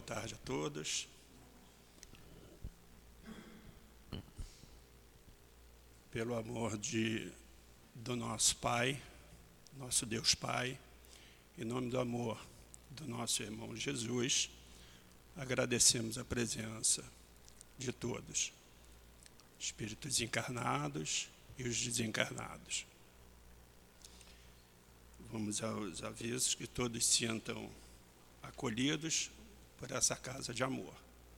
tarde a todos. Pelo amor do nosso Pai, nosso Deus Pai, em nome do amor do nosso irmão Jesus, agradecemos a presença de todos, espíritos encarnados e os desencarnados. Vamos aos avisos, que todos se sintam acolhidos por essa casa de amor.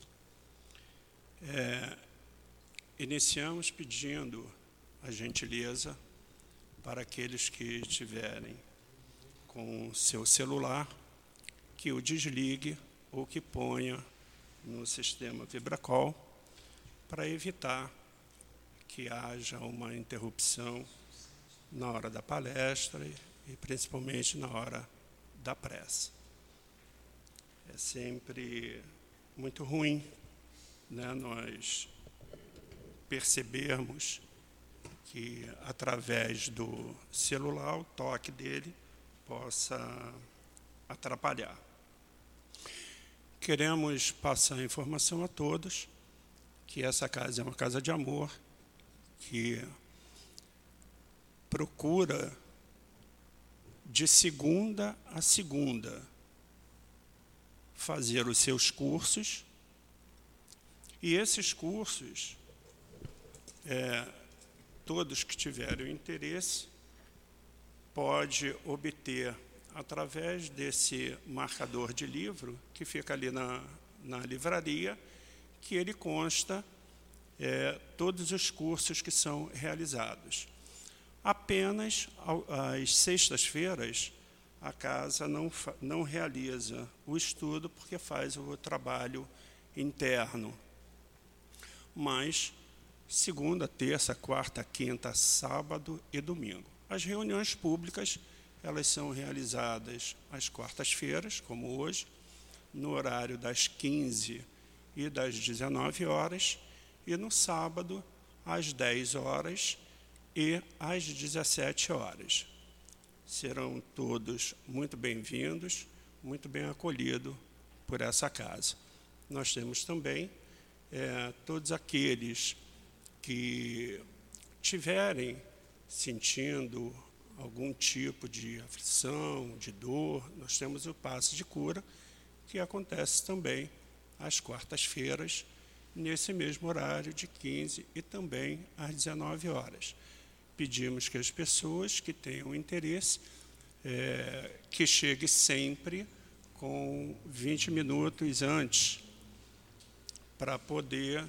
Iniciamos pedindo a gentileza para aqueles que estiverem com seu celular, que o desligue ou que ponha no sistema Vibracol, para evitar que haja uma interrupção na hora da palestra e principalmente na hora da prece. É sempre muito ruim, né, nós percebermos que, através do celular, o toque dele possa atrapalhar. Queremos passar a informação a todos que essa casa é uma casa de amor, que procura, de segunda a segunda, fazer os seus cursos, e esses cursos, todos que tiverem interesse, pode obter através desse marcador de livro, que fica ali na livraria, que ele consta todos os cursos que são realizados. Apenas às sextas-feiras, a casa não realiza o estudo, porque faz o trabalho interno. Mas segunda, terça, quarta, quinta, sábado e domingo. As reuniões públicas, elas são realizadas às quartas-feiras, como hoje, no horário das 15 e das 19 horas, e no sábado, às 10 horas e às 17 horas. Serão todos muito bem-vindos, muito bem acolhidos por essa casa. Nós temos também todos aqueles que tiverem sentindo algum tipo de aflição, de dor, nós temos o passe de cura, que acontece também às quartas-feiras, nesse mesmo horário de 15 e também às 19 horas. Pedimos que as pessoas que tenham interesse, que cheguem sempre com 20 minutos antes, para poder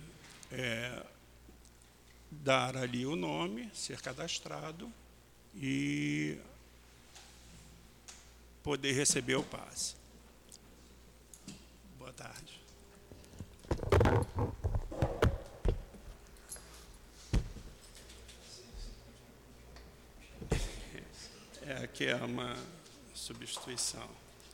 dar ali o nome, ser cadastrado e poder receber o passe. Boa tarde. Aqui é uma substituição.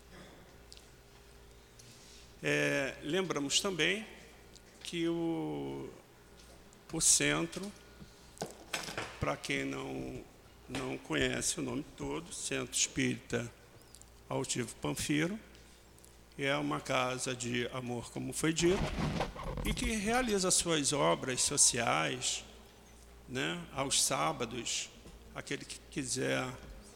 Lembramos também que o centro, para quem não conhece o nome todo, Centro Espírita Altivo Panfiro, é uma casa de amor, como foi dito, e que realiza suas obras sociais, né, aos sábados. Aquele que quiser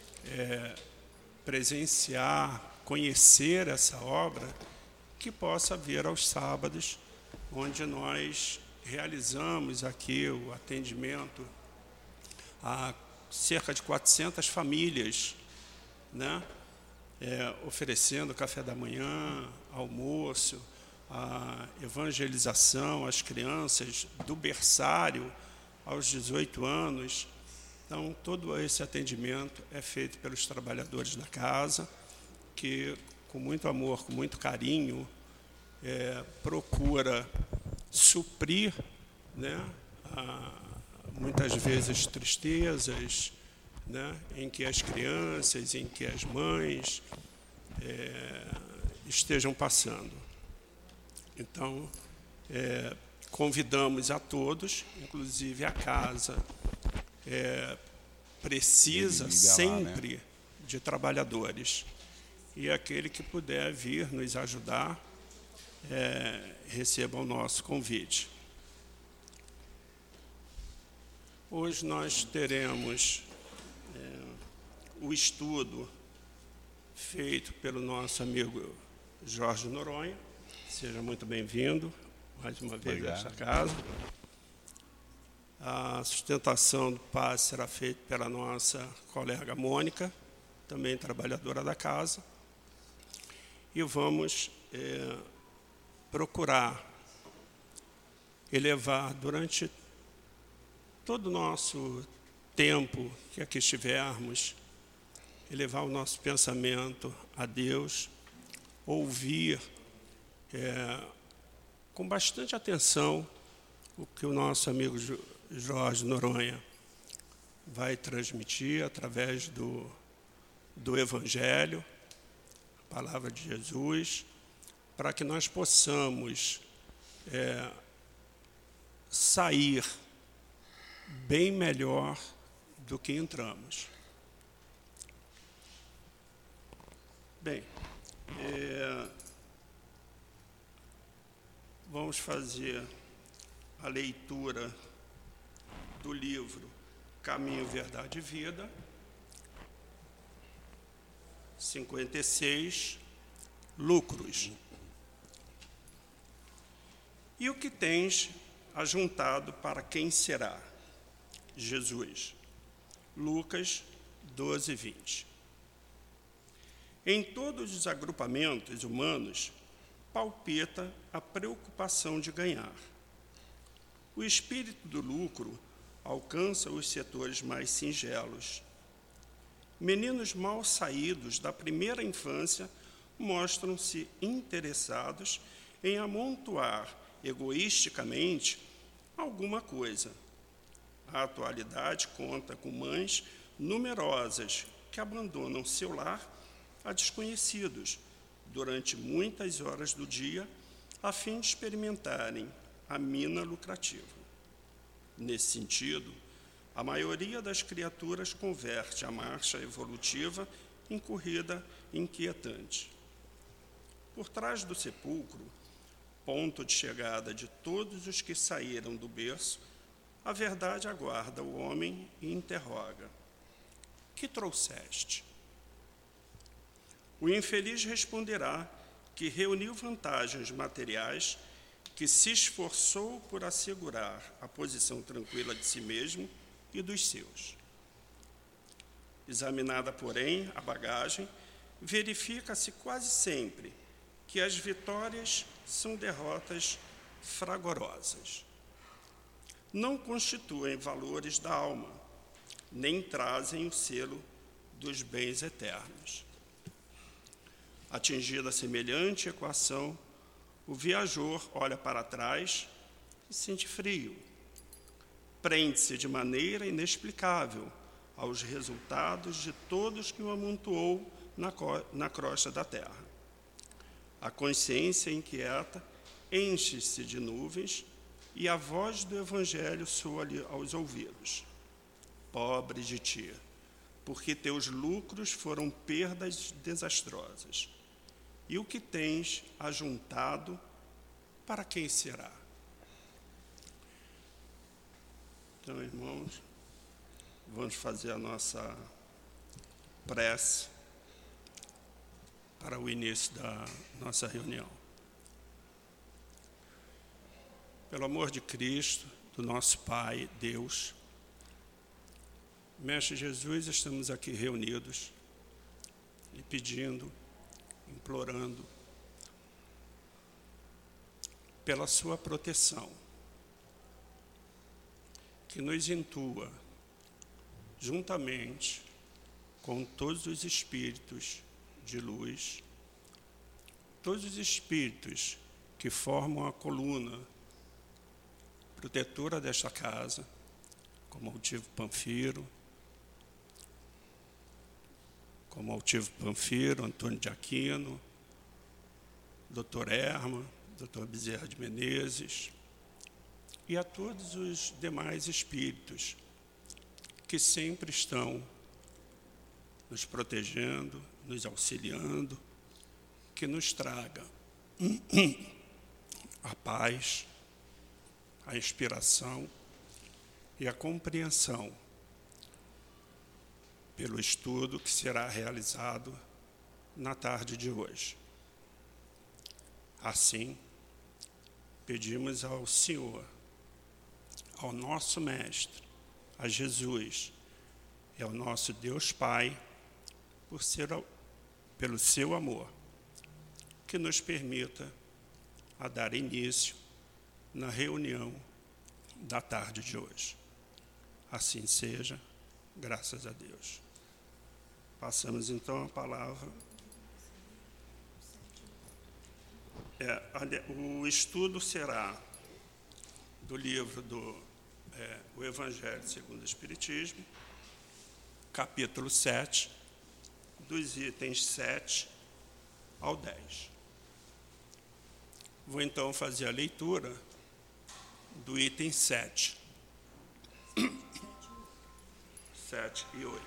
presenciar, conhecer essa obra, que possa vir aos sábados, onde nós realizamos aqui o atendimento a cerca de 400 famílias, né? Oferecendo café da manhã, almoço, a evangelização às crianças do berçário aos 18 anos. Então, todo esse atendimento é feito pelos trabalhadores da casa, que, com muito amor, com muito carinho, procura suprir, né, muitas vezes tristezas, né, em que as crianças, em que as mães estejam passando. Então, convidamos a todos, inclusive a casa precisa sempre, né, de trabalhadores. E aquele que puder vir nos ajudar, recebam o nosso convite. Hoje nós teremos o estudo feito pelo nosso amigo Jorge Noronha. Seja muito bem-vindo, mais uma vez, nesta casa. A sustentação do passe será feita pela nossa colega Mônica, também trabalhadora da casa. E vamos procurar elevar durante todo o nosso tempo que aqui estivermos, elevar o nosso pensamento a Deus, ouvir com bastante atenção o que o nosso amigo Jorge Noronha vai transmitir através do Evangelho, a palavra de Jesus, para que nós possamos sair bem melhor do que entramos. Bem, vamos fazer a leitura do livro Caminho, Verdade e Vida, 56, Lucros. E o que tens ajuntado para quem será? Jesus. Lucas 12, 20. Em todos os agrupamentos humanos, palpita a preocupação de ganhar. O espírito do lucro alcança os setores mais singelos. Meninos mal saídos da primeira infância mostram-se interessados em amontoar egoisticamente alguma coisa. A atualidade conta com mães numerosas que abandonam seu lar a desconhecidos durante muitas horas do dia, a fim de experimentarem a mina lucrativa. Nesse sentido, a maioria das criaturas converte a marcha evolutiva em corrida inquietante. Por trás do sepulcro, ponto de chegada de todos os que saíram do berço, a verdade aguarda o homem e interroga: que trouxeste? O infeliz responderá que reuniu vantagens materiais, que se esforçou por assegurar a posição tranquila de si mesmo e dos seus. Examinada, porém, a bagagem, verifica-se quase sempre que as vitórias são derrotas fragorosas. Não constituem valores da alma, nem trazem o selo dos bens eternos. Atingida semelhante equação, o viajor olha para trás e sente frio. Prende-se de maneira inexplicável aos resultados de todos que o amontoou na crosta da terra. A consciência inquieta enche-se de nuvens e a voz do Evangelho soa-lhe aos ouvidos: pobre de ti, porque teus lucros foram perdas desastrosas. E o que tens ajuntado, para quem será? Então, irmãos, vamos fazer a nossa prece para o início da nossa reunião. Pelo amor de Cristo, do nosso Pai, Deus, Mestre Jesus, estamos aqui reunidos e pedindo, implorando pela sua proteção, que nos intua, juntamente com todos os espíritos de luz, todos os espíritos que formam a coluna protetora desta casa, como Altivo Panfiro, Antônio de Aquino, Dr. Erma, Dr. Bezerra de Menezes, e a todos os demais espíritos que sempre estão nos protegendo, nos auxiliando, que nos traga a paz, a inspiração e a compreensão pelo estudo que será realizado na tarde de hoje. Assim, pedimos ao Senhor, ao nosso Mestre, a Jesus e ao nosso Deus Pai, pelo seu amor, que nos permita a dar início na reunião da tarde de hoje. Assim seja, graças a Deus. Passamos então a palavra. O estudo será do livro o Evangelho segundo o Espiritismo, capítulo 7, dos itens 7 ao 10. Vou então fazer a leitura do item 7. 7 e 8.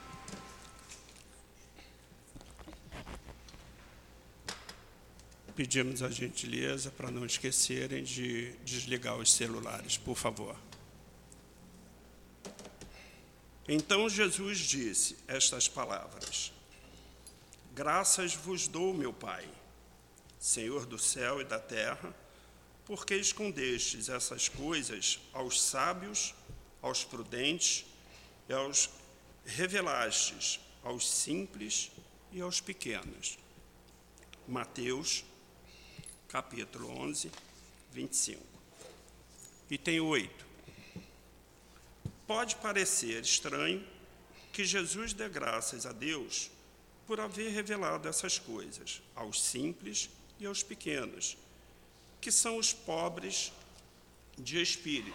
Pedimos a gentileza para não esquecerem de desligar os celulares, por favor. Então Jesus disse estas palavras: Graças vos dou, meu Pai, Senhor do céu e da terra, porque escondestes essas coisas aos sábios, aos prudentes e revelastes aos simples e aos pequenos. Mateus, capítulo 11, 25. Item 8. Pode parecer estranho que Jesus dê graças a Deus por haver revelado essas coisas aos simples e aos pequenos, que são os pobres de espírito,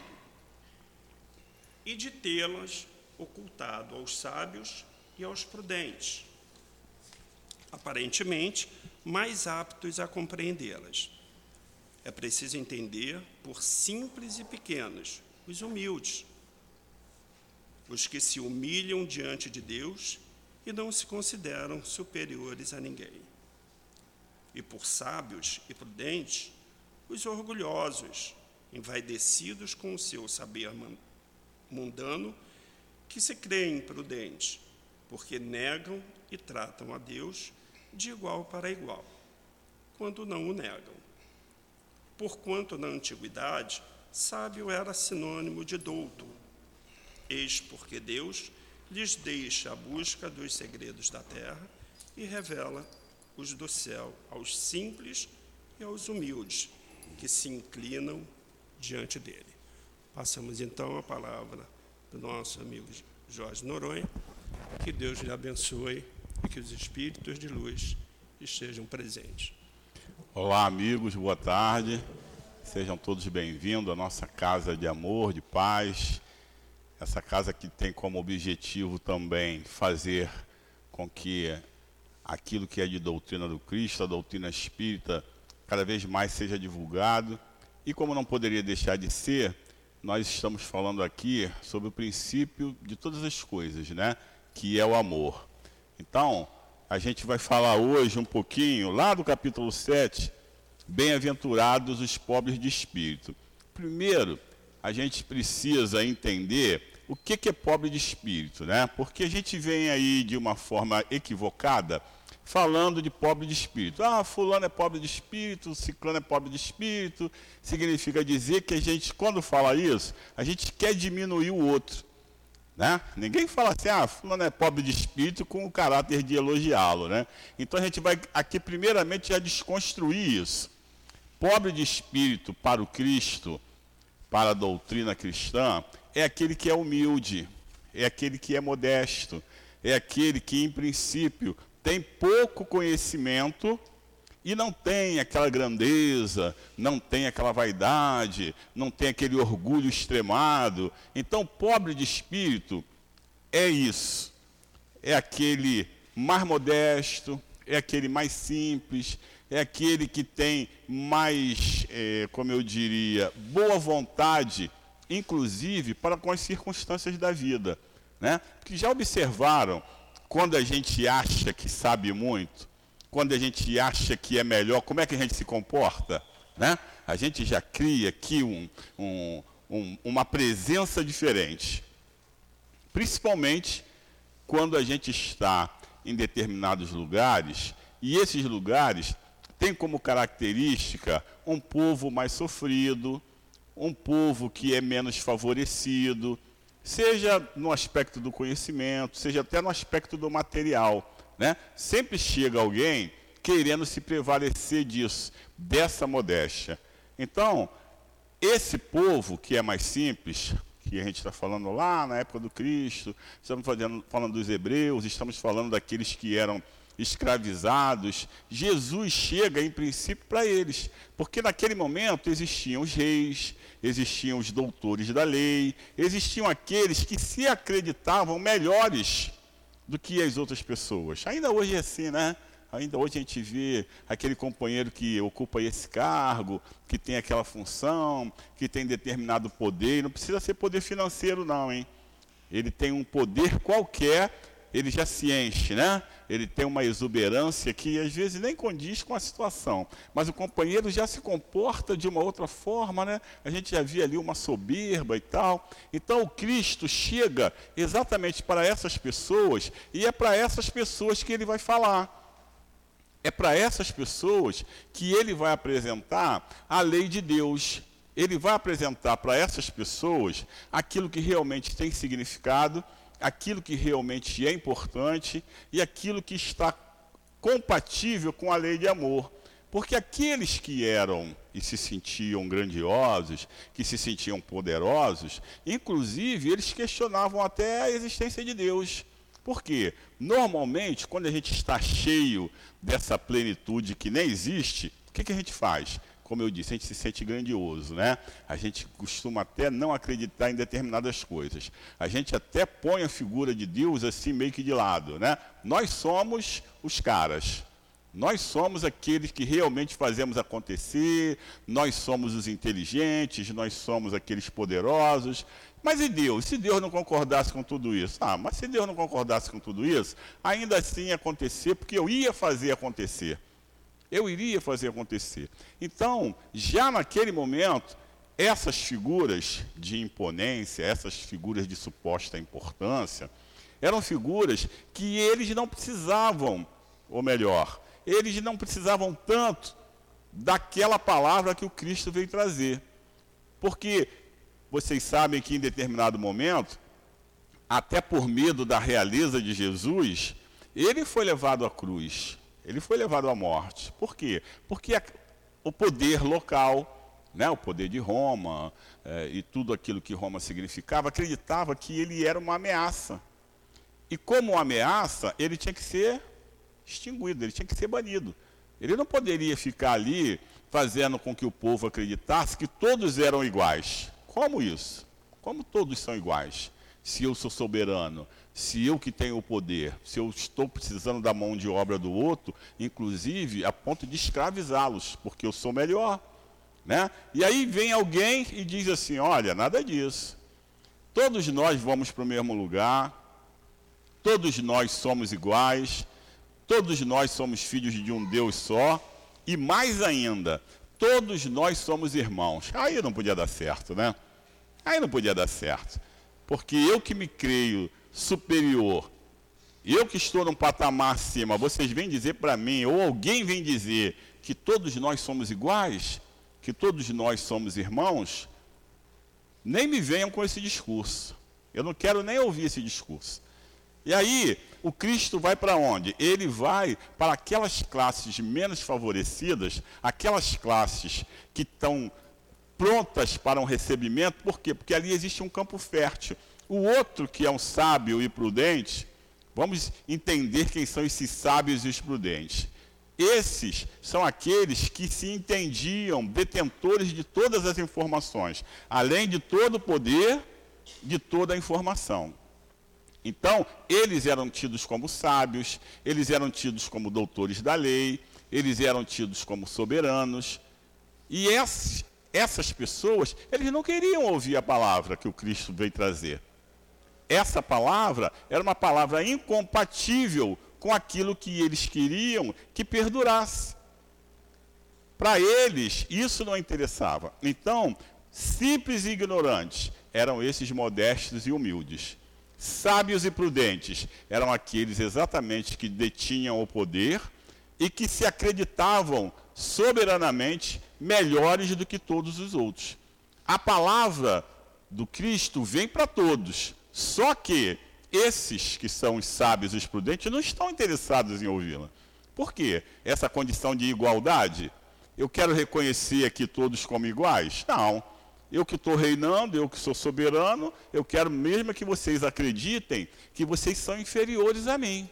e de tê-las ocultado aos sábios e aos prudentes, aparentemente mais aptos a compreendê-las. É preciso entender por simples e pequenos, os humildes, os que se humilham diante de Deus e não se consideram superiores a ninguém. E por sábios e prudentes, os orgulhosos, envaidecidos com o seu saber mundano, que se creem prudentes, porque negam e tratam a Deus de igual para igual, quando não o negam. Porquanto na antiguidade, sábio era sinônimo de douto, eis porque Deus lhes deixa a busca dos segredos da terra e revela os do céu aos simples e aos humildes, que se inclinam diante dele. Passamos então a palavra do nosso amigo Jorge Noronha. Que Deus lhe abençoe e que os espíritos de luz estejam presentes. Olá, amigos, boa tarde. Sejam todos bem-vindos à nossa casa de amor, de paz. Essa casa que tem como objetivo também fazer com que aquilo que é de doutrina do Cristo, a doutrina espírita, cada vez mais seja divulgado. E como não poderia deixar de ser, nós estamos falando aqui sobre o princípio de todas as coisas, né? Que é o amor. Então, a gente vai falar hoje um pouquinho, lá do capítulo 7, bem-aventurados os pobres de espírito. Primeiro, a gente precisa entender o que é pobre de espírito, né? Porque a gente vem aí de uma forma equivocada falando de pobre de espírito. Ah, fulano é pobre de espírito, ciclano é pobre de espírito. Significa dizer que a gente, quando fala isso, a gente quer diminuir o outro, né? Ninguém fala assim, ah, fulano é pobre de espírito com o caráter de elogiá-lo, né? Então a gente vai aqui primeiramente já desconstruir isso. Pobre de espírito para o Cristo, para a doutrina cristã, é aquele que é humilde, é aquele que é modesto, é aquele que, em princípio, tem pouco conhecimento e não tem aquela grandeza, não tem aquela vaidade, não tem aquele orgulho extremado. Então, pobre de espírito é isso, é aquele mais modesto, é aquele mais simples, é aquele que tem mais, como eu diria, boa vontade, inclusive para com as circunstâncias da vida, né? Porque já observaram, quando a gente acha que sabe muito, quando a gente acha que é melhor, como é que a gente se comporta, né? A gente já cria aqui uma presença diferente. Principalmente quando a gente está em determinados lugares, e esses lugares têm como característica um povo mais sofrido, um povo que é menos favorecido, seja no aspecto do conhecimento, seja até no aspecto do material, né? Sempre chega alguém querendo se prevalecer disso, dessa modéstia. Então, esse povo que é mais simples, que a gente está falando lá na época do Cristo, estamos falando dos hebreus, estamos falando daqueles que eram escravizados, Jesus chega em princípio para eles, porque naquele momento existiam os reis, existiam os doutores da lei, existiam aqueles que se acreditavam melhores do que as outras pessoas. Ainda hoje é assim, né? Ainda hoje a gente vê aquele companheiro que ocupa esse cargo, que tem aquela função, que tem determinado poder, e não precisa ser poder financeiro não, hein? Ele tem um poder qualquer, ele já se enche, né? Ele tem uma exuberância que às vezes nem condiz com a situação, mas o companheiro já se comporta de uma outra forma, né? A gente já via ali uma soberba e tal. Então o Cristo chega exatamente para essas pessoas, e é para essas pessoas que ele vai falar. É para essas pessoas que ele vai apresentar a lei de Deus. Ele vai apresentar para essas pessoas aquilo que realmente tem significado, aquilo que realmente é importante e aquilo que está compatível com a lei de amor. Porque aqueles que eram e se sentiam grandiosos, que se sentiam poderosos, inclusive eles questionavam até a existência de Deus. Por quê? Normalmente, quando a gente está cheio dessa plenitude que nem existe, o que a gente faz? Como eu disse, a gente se sente grandioso, né? A gente costuma até não acreditar em determinadas coisas. A gente até põe a figura de Deus assim meio que de lado, né? Nós somos os caras. Nós somos aqueles que realmente fazemos acontecer, nós somos os inteligentes, nós somos aqueles poderosos. Mas e Deus? Se Deus não concordasse com tudo isso? Ah, mas se Deus não concordasse com tudo isso, ainda assim ia acontecer, porque eu ia fazer acontecer. Eu iria fazer acontecer. Então, já naquele momento, essas figuras de imponência, essas figuras de suposta importância, eram figuras que eles não precisavam, ou melhor, eles não precisavam tanto daquela palavra que o Cristo veio trazer. Porque vocês sabem que em determinado momento, até por medo da realeza de Jesus, ele foi levado à cruz, ele foi levado à morte. Por quê? Porque o poder local, né, o poder de Roma, e tudo aquilo que Roma significava, acreditava que ele era uma ameaça. E como ameaça, ele tinha que ser extinguido, ele tinha que ser banido. Ele não poderia ficar ali fazendo com que o povo acreditasse que todos eram iguais. Como isso? Como todos são iguais? Se eu sou soberano, se eu que tenho o poder, se eu estou precisando da mão de obra do outro, inclusive a ponto de escravizá-los, porque eu sou melhor, né? E aí vem alguém e diz assim, olha, nada disso. Todos nós vamos para o mesmo lugar, todos nós somos iguais, todos nós somos filhos de um Deus só, e mais ainda, todos nós somos irmãos. Aí não podia dar certo, né? Aí não podia dar certo. Porque eu que me creio superior, eu que estou num patamar acima, vocês vêm dizer para mim, ou alguém vem dizer que todos nós somos iguais, que todos nós somos irmãos, nem me venham com esse discurso. Eu não quero nem ouvir esse discurso. E aí, o Cristo vai para onde? Ele vai para aquelas classes menos favorecidas, aquelas classes que estão prontas para um recebimento. Por quê? Porque ali existe um campo fértil. O outro, que é um sábio e prudente, vamos entender quem são esses sábios e os prudentes. Esses são aqueles que se entendiam detentores de todas as informações, além de todo o poder, de toda a informação. Então, eles eram tidos como sábios, eles eram tidos como doutores da lei, eles eram tidos como soberanos. E essas pessoas, eles não queriam ouvir a palavra que o Cristo veio trazer. Essa palavra era uma palavra incompatível com aquilo que eles queriam que perdurasse. Para eles, isso não interessava. Então, simples e ignorantes eram esses modestos e humildes. Sábios e prudentes eram aqueles exatamente que detinham o poder e que se acreditavam soberanamente melhores do que todos os outros. A palavra do Cristo vem para todos, só que esses que são os sábios e os prudentes não estão interessados em ouvi-la. Por quê? Essa condição de igualdade? Eu quero reconhecer aqui todos como iguais? Não. Eu que estou reinando, eu que sou soberano, eu quero mesmo que vocês acreditem que vocês são inferiores a mim.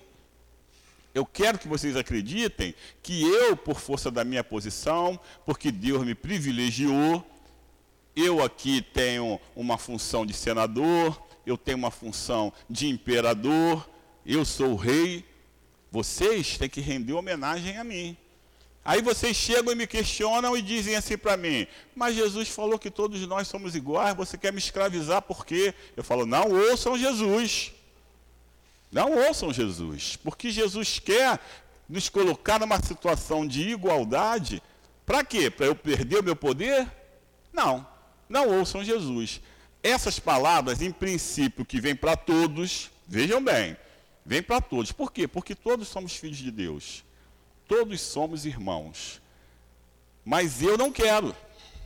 Eu quero que vocês acreditem que eu, por força da minha posição, porque Deus me privilegiou, eu aqui tenho uma função de senador, eu tenho uma função de imperador, eu sou o rei, vocês têm que render homenagem a mim. Aí vocês chegam e me questionam e dizem assim para mim, mas Jesus falou que todos nós somos iguais, você quer me escravizar por quê? Eu falo, não ouçam Jesus. Não ouçam Jesus, porque Jesus quer nos colocar numa situação de igualdade. Para quê? Para eu perder o meu poder? Não, não ouçam Jesus. Essas palavras, em princípio, que vêm para todos, vejam bem, vêm para todos. Por quê? Porque todos somos filhos de Deus. Todos somos irmãos. Mas eu não quero.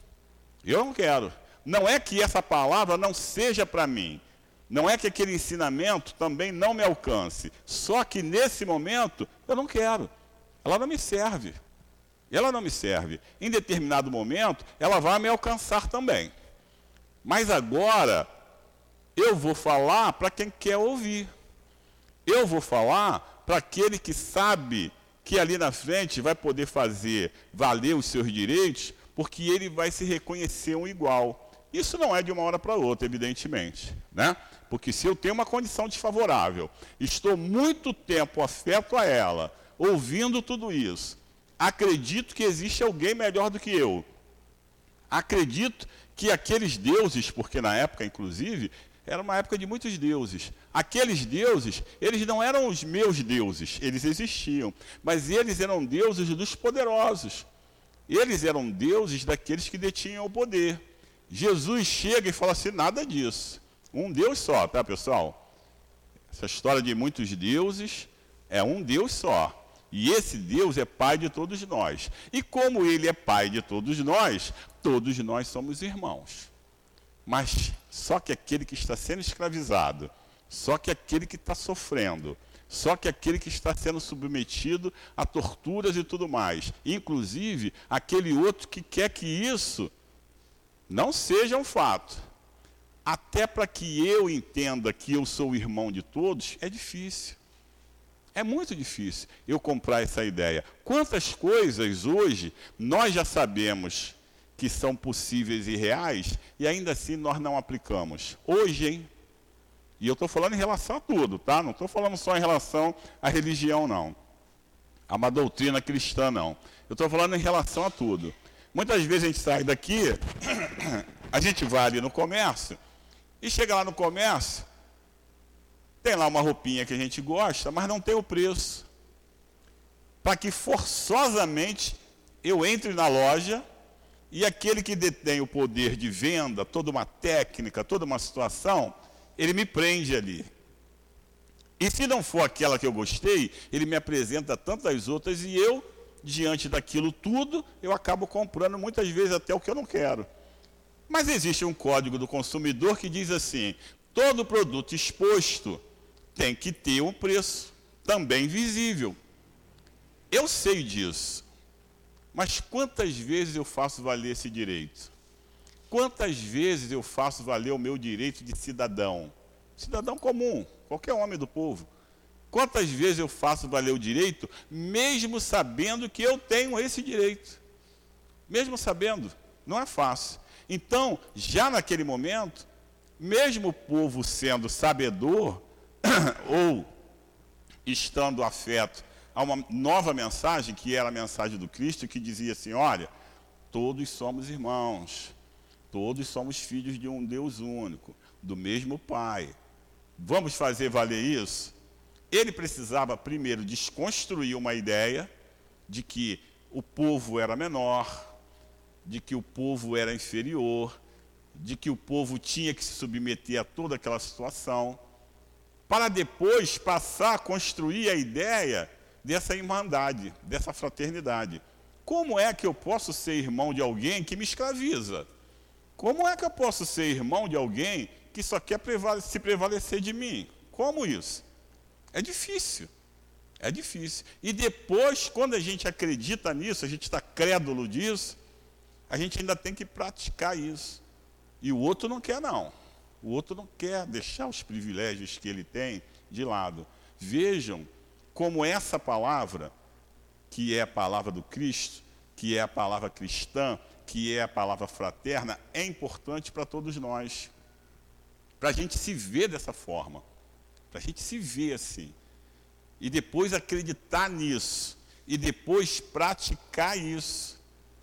Eu não quero. Não é que essa palavra não seja para mim. Não é que aquele ensinamento também não me alcance. Só que nesse momento eu não quero. Ela não me serve. Ela não me serve. Em determinado momento ela vai me alcançar também. Mas agora eu vou falar para quem quer ouvir. Eu vou falar para aquele que sabe que ali na frente vai poder fazer valer os seus direitos, porque ele vai se reconhecer um igual. Isso não é de uma hora para outra, evidentemente, né? Porque se eu tenho uma condição desfavorável, estou muito tempo afeto a ela, ouvindo tudo isso, acredito que existe alguém melhor do que eu. Acredito que aqueles deuses, porque na época, inclusive, era uma época de muitos deuses. Aqueles deuses, eles não eram os meus deuses, eles existiam, mas eles eram deuses dos poderosos. Eles eram deuses daqueles que detinham o poder. Jesus chega e fala assim, nada disso. Um Deus só, tá, pessoal? Essa história de muitos deuses é um Deus só. E esse Deus é Pai de todos nós. E como Ele é Pai de todos nós somos irmãos. Mas só que aquele que está sendo escravizado, só que aquele que está sofrendo, só que aquele que está sendo submetido a torturas e tudo mais, inclusive aquele outro que quer que isso não seja um fato, até para que eu entenda que eu sou o irmão de todos, é difícil. É muito difícil eu comprar essa ideia. Quantas coisas hoje nós já sabemos que são possíveis e reais, e ainda assim nós não aplicamos. Hoje, hein? E eu estou falando em relação a tudo, tá? Não estou falando só em relação à religião, não. A uma doutrina cristã, não. Eu estou falando em relação a tudo. Muitas vezes a gente sai daqui, a gente vai ali no comércio, e chega lá no comércio, tem lá uma roupinha que a gente gosta, mas não tem o preço. Para que forçosamente eu entre na loja, e aquele que detém o poder de venda, toda uma técnica, toda uma situação, ele me prende ali. E se não for aquela que eu gostei, ele me apresenta tantas outras e eu, diante daquilo tudo, eu acabo comprando muitas vezes até o que eu não quero. Mas existe um código do consumidor que diz assim, todo produto exposto tem que ter um preço também visível. Eu sei disso. Mas quantas vezes eu faço valer esse direito? Quantas vezes eu faço valer o meu direito de cidadão? Cidadão comum, qualquer homem do povo. Quantas vezes eu faço valer o direito, mesmo sabendo que eu tenho esse direito? Mesmo sabendo, não é fácil. Então, já naquele momento, mesmo o povo sendo sabedor, ou estando afeto a uma nova mensagem, que era a mensagem do Cristo, que dizia assim, olha, todos somos irmãos, todos somos filhos de um Deus único, do mesmo Pai. Vamos fazer valer isso? Ele precisava primeiro desconstruir uma ideia de que o povo era menor, de que o povo era inferior, de que o povo tinha que se submeter a toda aquela situação, para depois passar a construir a ideia dessa irmandade, dessa fraternidade. Como é que eu posso ser irmão de alguém que me escraviza? Como é que eu posso ser irmão de alguém que só quer se prevalecer de mim? Como isso? É difícil. É difícil. E depois, quando a gente acredita nisso, a gente está crédulo disso, a gente ainda tem que praticar isso. E o outro não quer, não. O outro não quer deixar os privilégios que ele tem de lado. Vejam como essa palavra, que é a palavra do Cristo, que é a palavra cristã, que é a palavra fraterna, é importante para todos nós. Para a gente se ver dessa forma. Para a gente se ver assim. E depois acreditar nisso. E depois praticar isso.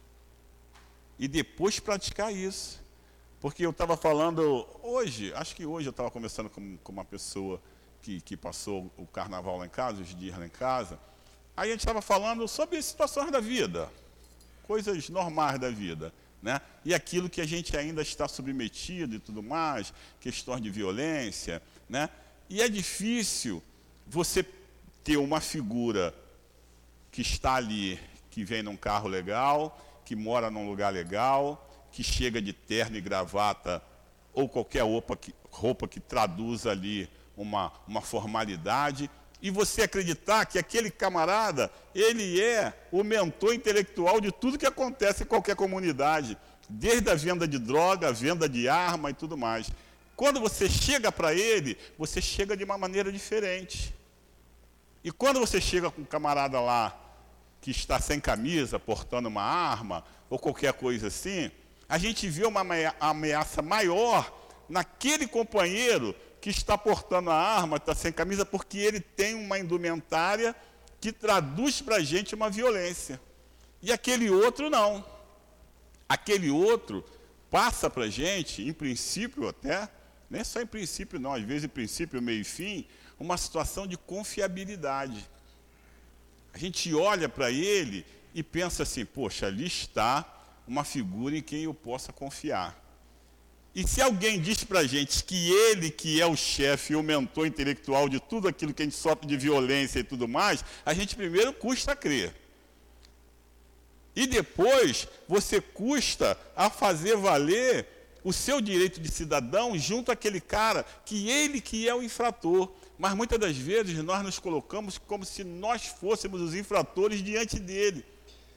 E depois praticar isso. Porque eu estava falando hoje, acho que hoje eu estava conversando com uma pessoa que passou o carnaval lá em casa, os dias lá em casa. Aí a gente estava falando sobre situações da vida, coisas normais da vida, né? E aquilo que a gente ainda está submetido e tudo mais, questões de violência, né? E é difícil você ter uma figura que está ali, que vem num carro legal, que mora num lugar legal, que chega de terno e gravata, ou qualquer roupa que traduz ali uma formalidade, e você acreditar que aquele camarada, ele é o mentor intelectual de tudo que acontece em qualquer comunidade, desde a venda de droga, a venda de arma e tudo mais. Quando você chega para ele, você chega de uma maneira diferente. E quando você chega com um camarada lá, que está sem camisa, portando uma arma, ou qualquer coisa assim, a gente vê uma ameaça maior naquele companheiro que está portando a arma, está sem camisa, porque ele tem uma indumentária que traduz para a gente uma violência. E aquele outro não. Aquele outro passa para a gente, em princípio até, não é só em princípio não, às vezes em princípio, meio e fim, uma situação de confiabilidade. A gente olha para ele e pensa assim, poxa, ali está uma figura em quem eu possa confiar. E se alguém diz para a gente que ele que é o chefe e o mentor intelectual de tudo aquilo que a gente sofre de violência e tudo mais, a gente primeiro custa a crer. E depois você custa a fazer valer o seu direito de cidadão junto àquele cara que ele que é o infrator. Mas muitas das vezes nós nos colocamos como se nós fôssemos os infratores diante dele.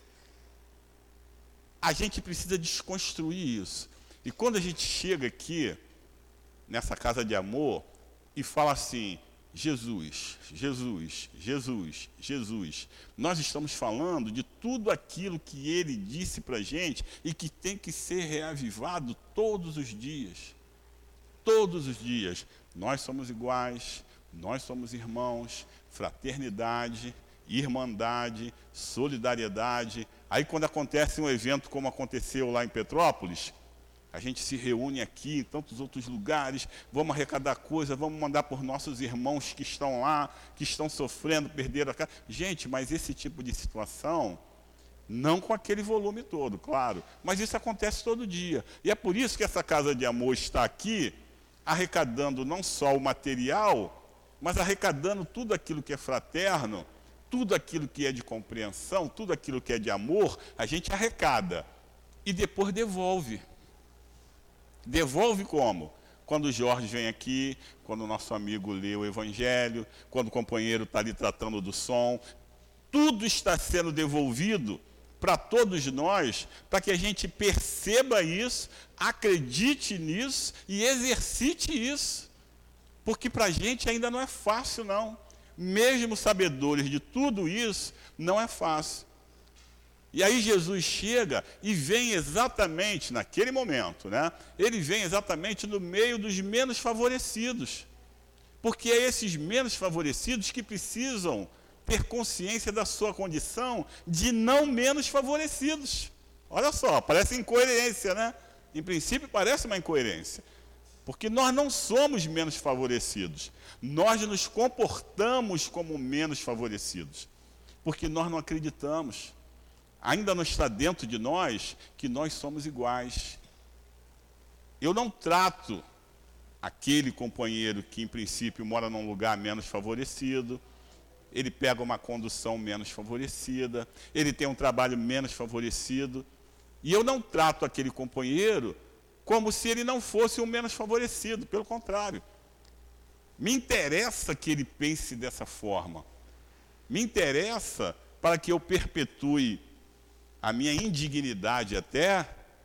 A gente precisa desconstruir isso. E quando a gente chega aqui, nessa casa de amor, e fala assim, Jesus, Jesus, Jesus, Jesus, nós estamos falando de tudo aquilo que ele disse para a gente e que tem que ser reavivado todos os dias. Todos os dias. Nós somos iguais, nós somos irmãos, fraternidade, irmandade, solidariedade. Aí quando acontece um evento como aconteceu lá em Petrópolis, a gente se reúne aqui, em tantos outros lugares, vamos arrecadar coisa, vamos mandar por nossos irmãos que estão lá, que estão sofrendo, perderam a casa. Gente, mas esse tipo de situação, não com aquele volume todo, claro, mas isso acontece todo dia. E é por isso que essa Casa de Amor está aqui, arrecadando não só o material, mas arrecadando tudo aquilo que é fraterno, tudo aquilo que é de compreensão, tudo aquilo que é de amor, a gente arrecada e depois devolve. Devolve como? Quando o Jorge vem aqui, quando o nosso amigo lê o Evangelho, quando o companheiro está ali tratando do som, tudo está sendo devolvido para todos nós, para que a gente perceba isso, acredite nisso e exercite isso. Porque para a gente ainda não é fácil, não. Mesmo sabedores de tudo isso, não é fácil. E aí Jesus chega e vem exatamente naquele momento, né? Ele vem exatamente no meio dos menos favorecidos. Porque é esses menos favorecidos que precisam ter consciência da sua condição de não menos favorecidos. Olha só, parece incoerência, né? Em princípio parece uma incoerência. Porque nós não somos menos favorecidos. Nós nos comportamos como menos favorecidos. Porque nós não acreditamos. ainda não está dentro de nós que nós somos iguais. Eu não trato aquele companheiro que, em princípio, mora num lugar menos favorecido, ele pega uma condução menos favorecida, ele tem um trabalho menos favorecido, e eu não trato aquele companheiro como se ele não fosse o menos favorecido, pelo contrário. Me interessa que ele pense dessa forma. Me interessa para que eu perpetue a minha indignidade até,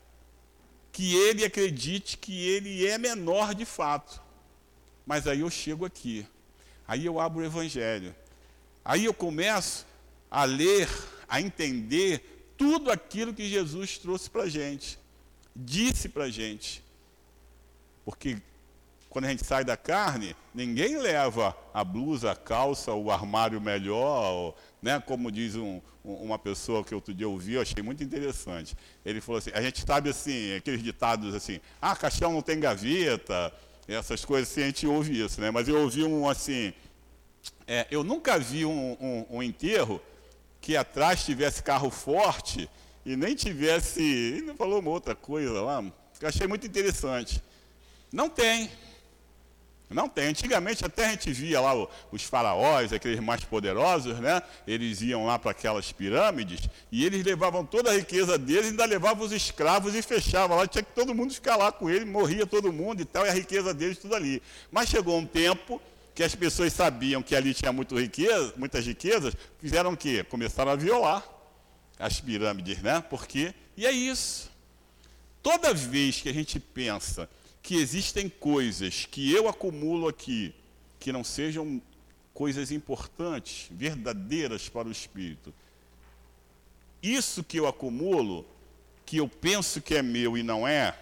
que ele acredite que ele é menor de fato. Mas aí eu chego aqui, aí eu abro o Evangelho, aí eu começo a ler, a entender tudo aquilo que Jesus trouxe para a gente, disse para a gente. Porque quando a gente sai da carne, ninguém leva a blusa, a calça, o armário melhor, né? Como diz uma pessoa que outro dia eu ouvi, eu achei muito interessante. Ele falou assim, a gente sabe assim, aqueles ditados assim, caixão não tem gaveta, essas coisas assim, a gente ouve isso, né? Mas eu ouvi um assim, eu nunca vi um enterro que atrás tivesse carro forte e nem tivesse, ele falou uma outra coisa lá, que eu achei muito interessante. Não tem. Não tem. Antigamente até a gente via lá os faraós, aqueles mais poderosos, né? Eles iam lá para aquelas pirâmides e eles levavam toda a riqueza deles, ainda levavam os escravos e fechavam lá. Tinha que todo mundo ficar lá com ele, morria todo mundo e tal, e a riqueza deles tudo ali. Mas chegou um tempo que as pessoas sabiam que ali tinha muitas riquezas, fizeram o quê? Começaram a violar as pirâmides, né? Porque, e é isso. Toda vez que a gente pensa que existem coisas que eu acumulo aqui, que não sejam coisas importantes, verdadeiras para o espírito, isso que eu acumulo, que eu penso que é meu e não é,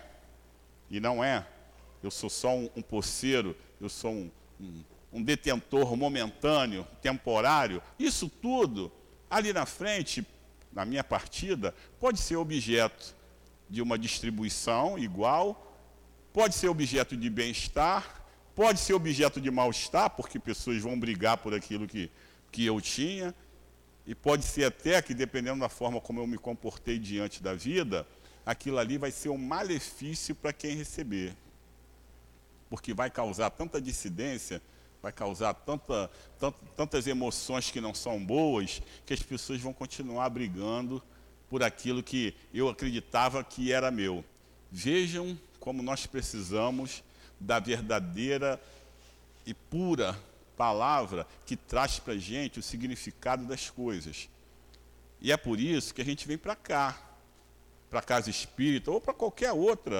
eu sou só um poceiro, eu sou um detentor momentâneo, temporário, isso tudo, ali na frente, na minha partida, pode ser objeto de uma distribuição igual, pode ser objeto de bem-estar, pode ser objeto de mal-estar, porque pessoas vão brigar por aquilo que eu tinha, e pode ser até que, dependendo da forma como eu me comportei diante da vida, aquilo ali vai ser um malefício para quem receber. Porque vai causar tanta dissidência, vai causar tantas emoções que não são boas, que as pessoas vão continuar brigando por aquilo que eu acreditava que era meu. Vejam como nós precisamos da verdadeira e pura palavra que traz para a gente o significado das coisas. E é por isso que a gente vem para cá, para a casa espírita, ou para qualquer outro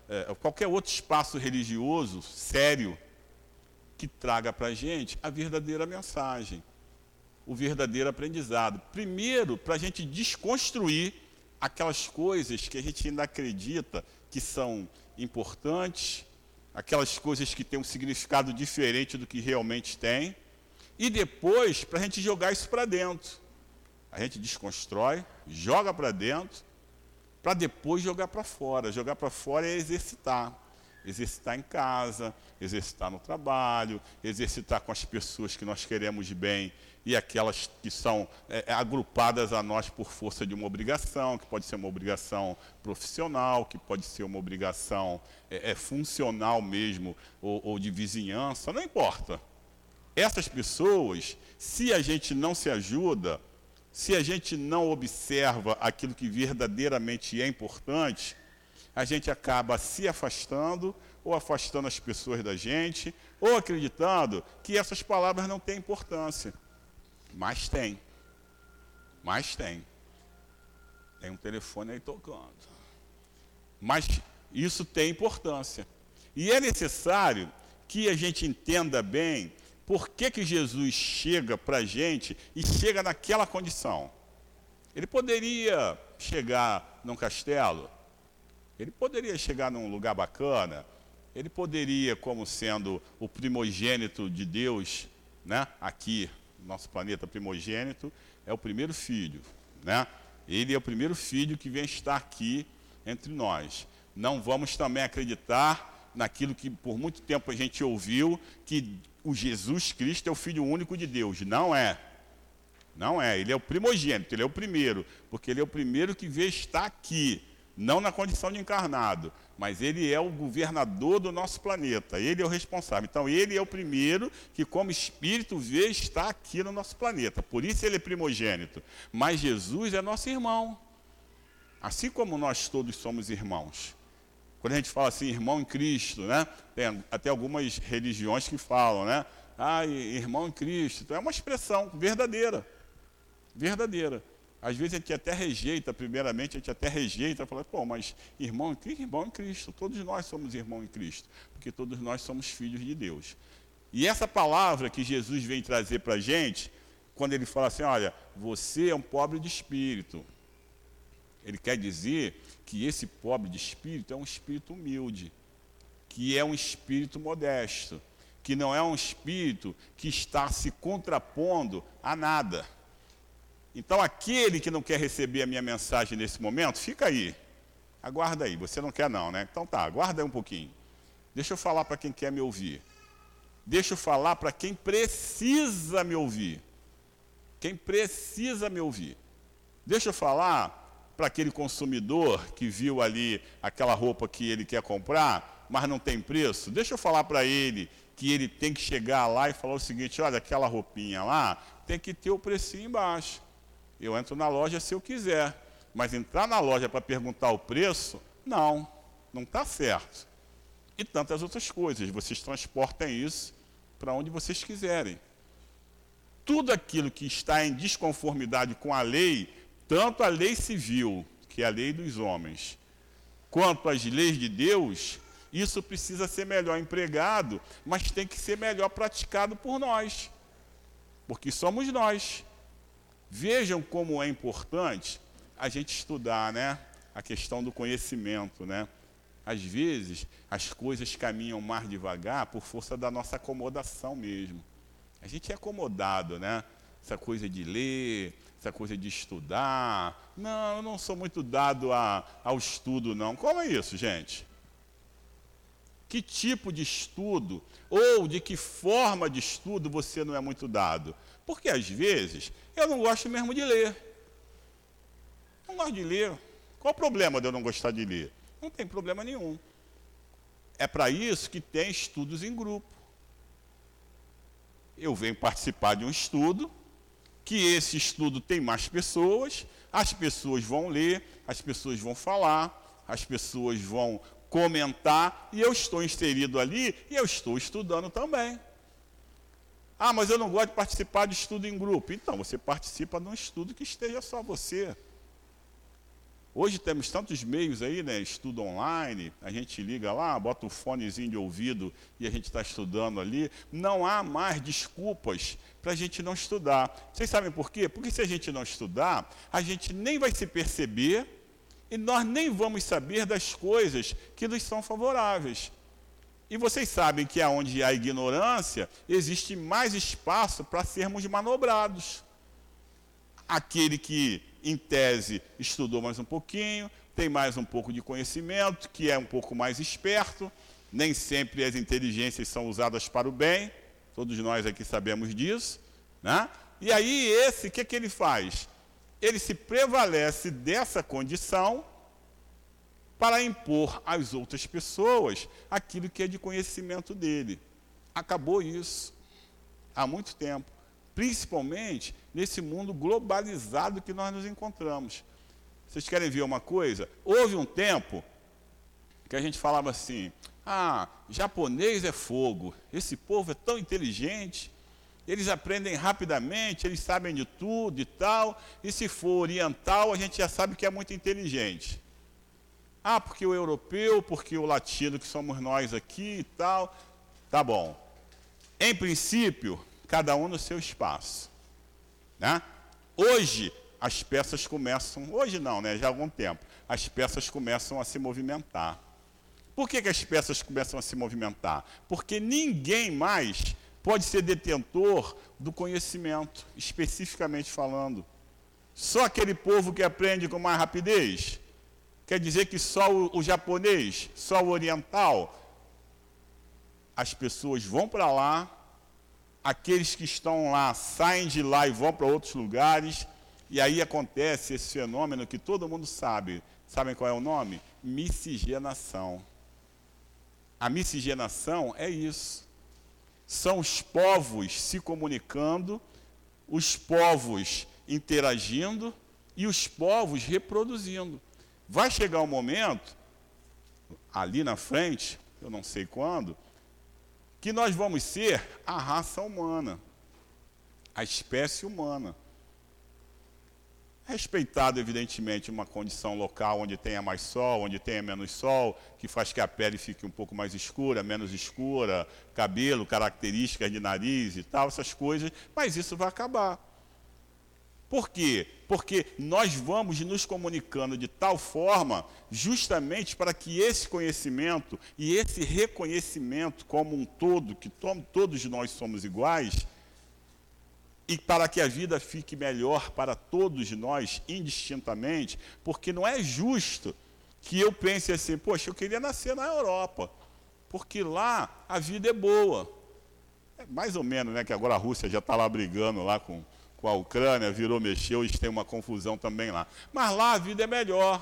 espaço religioso, sério, que traga para a gente a verdadeira mensagem, o verdadeiro aprendizado. Primeiro, para a gente desconstruir aquelas coisas que a gente ainda acredita que são importantes, aquelas coisas que têm um significado diferente do que realmente tem, e depois para a gente jogar isso para dentro. A gente desconstrói, joga para dentro, para depois jogar para fora. Jogar para fora é exercitar. Exercitar em casa, exercitar no trabalho, exercitar com as pessoas que nós queremos bem e aquelas que são agrupadas a nós por força de uma obrigação, que pode ser uma obrigação profissional, que pode ser uma obrigação funcional mesmo, ou de vizinhança, não importa. Essas pessoas, se a gente não se ajuda, se a gente não observa aquilo que verdadeiramente é importante, a gente acaba se afastando, ou afastando as pessoas da gente, ou acreditando que essas palavras não têm importância. Mas tem. Mas tem. Tem um telefone aí tocando. Mas isso tem importância. E é necessário que a gente entenda bem por que Jesus chega para a gente e chega naquela condição. Ele poderia chegar num castelo, ele poderia chegar num lugar bacana, ele poderia, como sendo o primogênito de Deus, né? Aqui, nosso planeta primogênito, é o primeiro filho, né? Ele é o primeiro filho que vem estar aqui entre nós. Não vamos também acreditar naquilo que por muito tempo a gente ouviu, que o Jesus Cristo é o Filho único de Deus. Não é. Não é, ele é o primogênito, ele é o primeiro, porque ele é o primeiro que veio estar aqui, não na condição de encarnado, mas ele é o governador do nosso planeta, ele é o responsável. Então, ele é o primeiro que, como espírito, veio estar aqui no nosso planeta. Por isso ele é primogênito. Mas Jesus é nosso irmão, assim como nós todos somos irmãos. Quando a gente fala assim, irmão em Cristo, né? Tem até algumas religiões que falam, né? Ah, irmão em Cristo. Então, é uma expressão verdadeira. Verdadeira. Às vezes a gente até rejeita, primeiramente a gente até rejeita, fala, pô, mas irmão em Cristo, todos nós somos irmão em Cristo, porque todos nós somos filhos de Deus. E essa palavra que Jesus vem trazer para a gente, quando ele fala assim, olha, você é um pobre de espírito, ele quer dizer que esse pobre de espírito é um espírito humilde, que é um espírito modesto, que não é um espírito que está se contrapondo a nada. Então, aquele que não quer receber a minha mensagem nesse momento, fica aí. Aguarda aí. Você não quer não, né? Então tá, aguarda aí um pouquinho. Deixa eu falar para quem quer me ouvir. Deixa eu falar para quem precisa me ouvir. Quem precisa me ouvir. Deixa eu falar para aquele consumidor que viu ali aquela roupa que ele quer comprar, mas não tem preço. Deixa eu falar para ele que ele tem que chegar lá e falar o seguinte, olha, aquela roupinha lá tem que ter o precinho embaixo. Eu entro na loja se eu quiser, mas entrar na loja para perguntar o preço, não está certo. E tantas outras coisas, vocês transportam isso para onde vocês quiserem. Tudo aquilo que está em desconformidade com a lei, tanto a lei civil, que é a lei dos homens, quanto as leis de Deus, isso precisa ser melhor empregado, mas tem que ser melhor praticado por nós, porque somos nós. Vejam como é importante a gente estudar, né? A questão do conhecimento, né? Às vezes, as coisas caminham mais devagar por força da nossa acomodação mesmo. A gente é acomodado, né? Essa coisa de ler, essa coisa de estudar. Não, eu não sou muito dado ao estudo, não. Como é isso, gente? Que tipo de estudo ou de que forma de estudo você não é muito dado? Porque, às vezes, eu não gosto mesmo de ler. Não gosto de ler. Qual o problema de eu não gostar de ler? Não tem problema nenhum. É para isso que tem estudos em grupo. Eu venho participar de um estudo, que esse estudo tem mais pessoas, as pessoas vão ler, as pessoas vão falar, as pessoas vão comentar, e eu estou inserido ali, e eu estou estudando também. Ah, mas eu não gosto de participar de estudo em grupo. Então, você participa de um estudo que esteja só você. Hoje temos tantos meios aí, né? Estudo online, a gente liga lá, bota o fonezinho de ouvido e a gente está estudando ali. Não há mais desculpas para a gente não estudar. Vocês sabem por quê? Porque se a gente não estudar, a gente nem vai se perceber e nós nem vamos saber das coisas que nos são favoráveis. E vocês sabem que onde há ignorância, existe mais espaço para sermos manobrados. Aquele que, em tese, estudou mais um pouquinho, tem mais um pouco de conhecimento, que é um pouco mais esperto, nem sempre as inteligências são usadas para o bem, todos nós aqui sabemos disso, né? E aí esse, o que ele faz? Ele se prevalece dessa condição para impor às outras pessoas aquilo que é de conhecimento dele. Acabou isso há muito tempo, principalmente nesse mundo globalizado que nós nos encontramos. Vocês querem ver uma coisa? Houve um tempo que a gente falava assim, japonês é fogo, esse povo é tão inteligente, eles aprendem rapidamente, eles sabem de tudo e tal, e se for oriental, a gente já sabe que é muito inteligente. Porque o europeu, porque o latino, que somos nós aqui e tal. Tá bom. Em princípio, cada um no seu espaço. Né? Hoje, as peças começam... Hoje não, né? Já há algum tempo. As peças começam a se movimentar. Por que as peças começam a se movimentar? Porque ninguém mais pode ser detentor do conhecimento, especificamente falando. Só aquele povo que aprende com mais rapidez... Quer dizer que só o japonês, só o oriental, as pessoas vão para lá, aqueles que estão lá saem de lá e vão para outros lugares, e aí acontece esse fenômeno que todo mundo sabe. Sabem qual é o nome? Miscigenação. A miscigenação é isso. São os povos se comunicando, os povos interagindo e os povos reproduzindo. Vai chegar um momento, ali na frente, eu não sei quando, que nós vamos ser a raça humana, a espécie humana. Respeitado, evidentemente, uma condição local onde tenha mais sol, onde tenha menos sol, que faz que a pele fique um pouco mais escura, menos escura, cabelo, características de nariz e tal, essas coisas, mas isso vai acabar. Por quê? Porque nós vamos nos comunicando de tal forma, justamente para que esse conhecimento e esse reconhecimento como um todo, que todos nós somos iguais, e para que a vida fique melhor para todos nós, indistintamente, porque não é justo que eu pense assim, poxa, eu queria nascer na Europa, porque lá a vida é boa. É mais ou menos, né, que agora a Rússia já está lá brigando lá com a Ucrânia, virou, mexeu, eles têm uma confusão também lá. Mas lá a vida é melhor.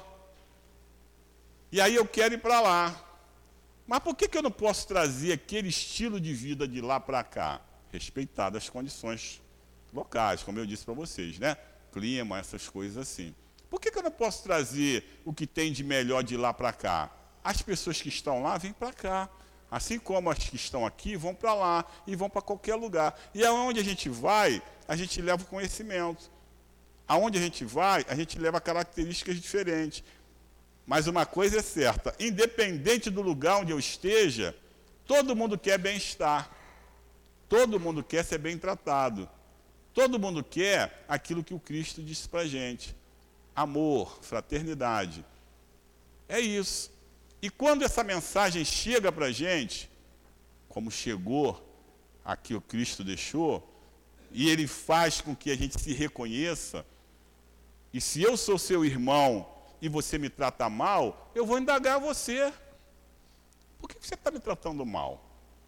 E aí eu quero ir para lá. Mas por que eu não posso trazer aquele estilo de vida de lá para cá? Respeitadas as condições locais, como eu disse para vocês, né? Clima, essas coisas assim. Por que eu não posso trazer o que tem de melhor de lá para cá? As pessoas que estão lá vêm para cá. Assim como as que estão aqui vão para lá e vão para qualquer lugar. E aonde a gente vai, a gente leva o conhecimento. Aonde a gente vai, a gente leva características diferentes. Mas uma coisa é certa, independente do lugar onde eu esteja, todo mundo quer bem-estar. Todo mundo quer ser bem tratado. Todo mundo quer aquilo que o Cristo disse para a gente. Amor, fraternidade. É isso. E quando essa mensagem chega para a gente, como chegou aqui o Cristo deixou, e ele faz com que a gente se reconheça, e se eu sou seu irmão e você me trata mal, eu vou indagar você. Por que você está me tratando mal?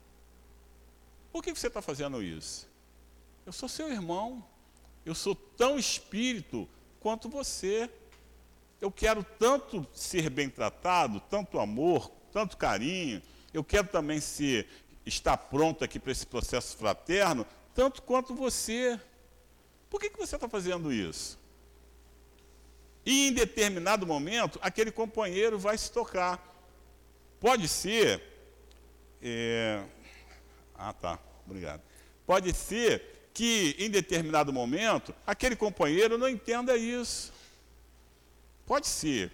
Por que você está fazendo isso? Eu sou seu irmão, eu sou tão espírito quanto você. Eu quero tanto ser bem tratado, tanto amor, tanto carinho. Eu quero também estar pronto aqui para esse processo fraterno, tanto quanto você. Por que você está fazendo isso? E em determinado momento, aquele companheiro vai se tocar. Pode ser... obrigado. Pode ser que, em determinado momento, aquele companheiro não entenda isso. Pode ser.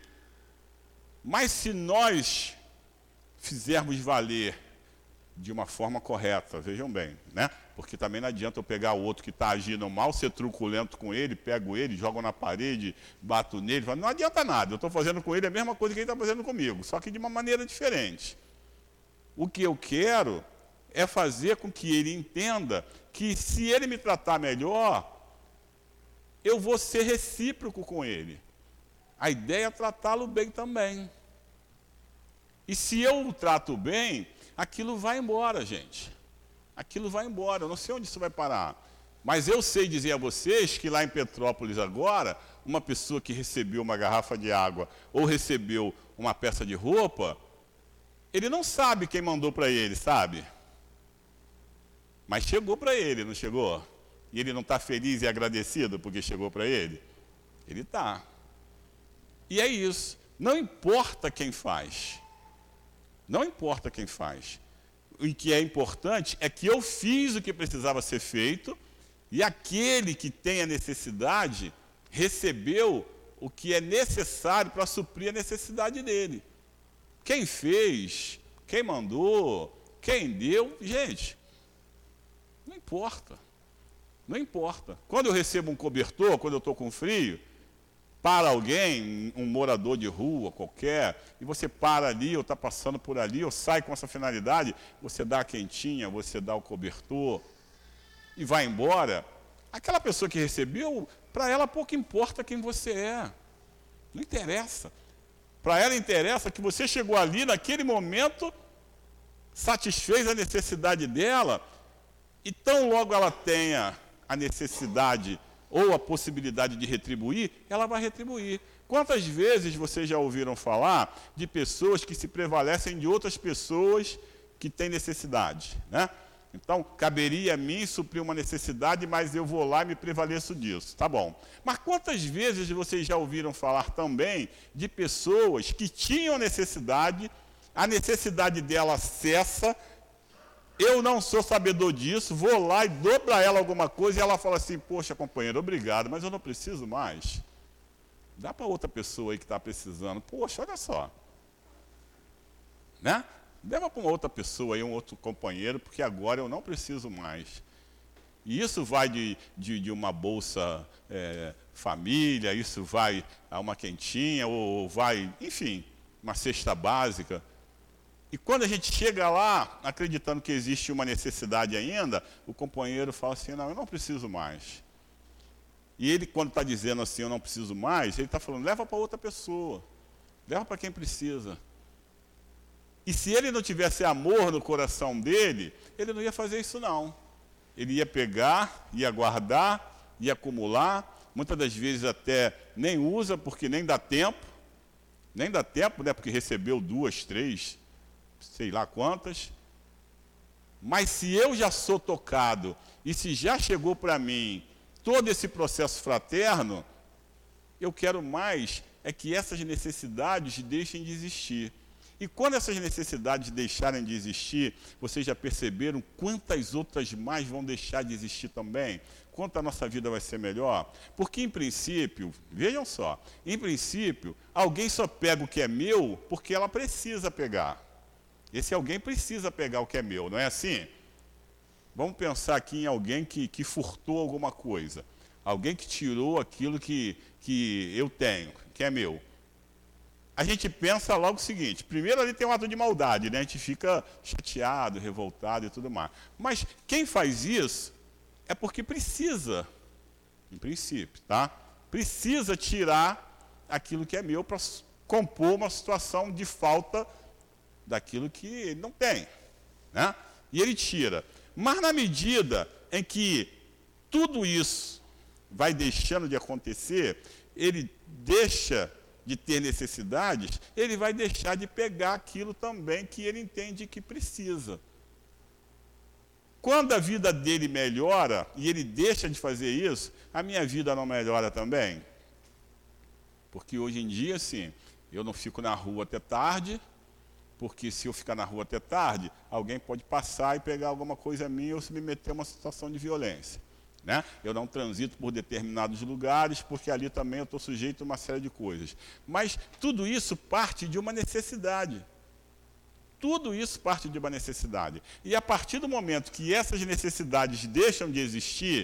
Mas se nós fizermos valer de uma forma correta, vejam bem, né? Porque também não adianta eu pegar o outro que está agindo mal, ser truculento com ele, pego ele, jogo na parede, bato nele, falo, não adianta nada, eu estou fazendo com ele a mesma coisa que ele está fazendo comigo, só que de uma maneira diferente. O que eu quero é fazer com que ele entenda que se ele me tratar melhor, eu vou ser recíproco com ele. A ideia é tratá-lo bem também. E se eu o trato bem, aquilo vai embora, gente. Aquilo vai embora, eu não sei onde isso vai parar. Mas eu sei dizer a vocês que lá em Petrópolis agora, uma pessoa que recebeu uma garrafa de água ou recebeu uma peça de roupa, ele não sabe quem mandou para ele, sabe? Mas chegou para ele, não chegou? E ele não está feliz e agradecido porque chegou para ele? Ele está. E é isso. Não importa quem faz. Não importa quem faz. O que é importante é que eu fiz o que precisava ser feito e aquele que tem a necessidade recebeu o que é necessário para suprir a necessidade dele. Quem fez, quem mandou, quem deu, gente, não importa. Não importa. Quando eu recebo um cobertor, quando eu estou com frio, para alguém, um morador de rua qualquer, e você para ali, ou está passando por ali, ou sai com essa finalidade, você dá a quentinha, você dá o cobertor, e vai embora. Aquela pessoa que recebeu, para ela pouco importa quem você é. Não interessa. Para ela interessa que você chegou ali, naquele momento, satisfez a necessidade dela, E tão logo ela tenha a necessidade ou a possibilidade de retribuir, ela vai retribuir. Quantas vezes vocês já ouviram falar de pessoas que se prevalecem de outras pessoas que têm necessidade, né? Então, caberia a mim suprir uma necessidade, mas eu vou lá e me prevaleço disso. Tá bom. Mas quantas vezes vocês já ouviram falar também de pessoas que tinham necessidade, a necessidade dela cessa, eu não sou sabedor disso, vou lá e dou para ela alguma coisa e ela fala assim, poxa, companheiro, obrigado, mas eu não preciso mais. Dá para outra pessoa aí que está precisando. Poxa, olha só. Né? Leva para uma outra pessoa aí, um outro companheiro, porque agora eu não preciso mais. E isso vai de uma bolsa família, isso vai a uma quentinha, ou vai, enfim, uma cesta básica. E quando a gente chega lá, acreditando que existe uma necessidade ainda, o companheiro fala assim, não, eu não preciso mais. E ele, quando está dizendo assim, eu não preciso mais, ele está falando, leva para outra pessoa, leva para quem precisa. E se ele não tivesse amor no coração dele, ele não ia fazer isso não. Ele ia pegar, ia guardar, ia acumular, muitas das vezes até nem usa, porque nem dá tempo, né, porque recebeu 2, 3, sei lá quantas. Mas se eu já sou tocado, e se já chegou para mim todo esse processo fraterno, eu quero mais é que essas necessidades deixem de existir. E quando essas necessidades deixarem de existir, vocês já perceberam quantas outras mais vão deixar de existir também? Quanto a nossa vida vai ser melhor? Porque, em princípio, vejam só, em princípio, alguém só pega o que é meu porque ela precisa pegar. Esse alguém precisa pegar o que é meu, não é assim? Vamos pensar aqui em alguém que furtou alguma coisa. Alguém que tirou aquilo que eu tenho, que é meu. A gente pensa logo o seguinte, primeiro ali tem um ato de maldade, né? A gente fica chateado, revoltado e tudo mais. Mas quem faz isso é porque precisa, em princípio, tá? Precisa tirar aquilo que é meu para compor uma situação de falta daquilo que ele não tem, né? E ele tira. Mas na medida em que tudo isso vai deixando de acontecer, ele deixa de ter necessidades, ele vai deixar de pegar aquilo também que ele entende que precisa. Quando a vida dele melhora e ele deixa de fazer isso, a minha vida não melhora também? Porque hoje em dia, sim, eu não fico na rua até tarde, porque se eu ficar na rua até tarde, alguém pode passar e pegar alguma coisa minha ou se me meter em uma situação de violência. Né? Eu não transito por determinados lugares, porque ali também eu estou sujeito a uma série de coisas. Mas tudo isso parte de uma necessidade. Tudo isso parte de uma necessidade. E a partir do momento que essas necessidades deixam de existir,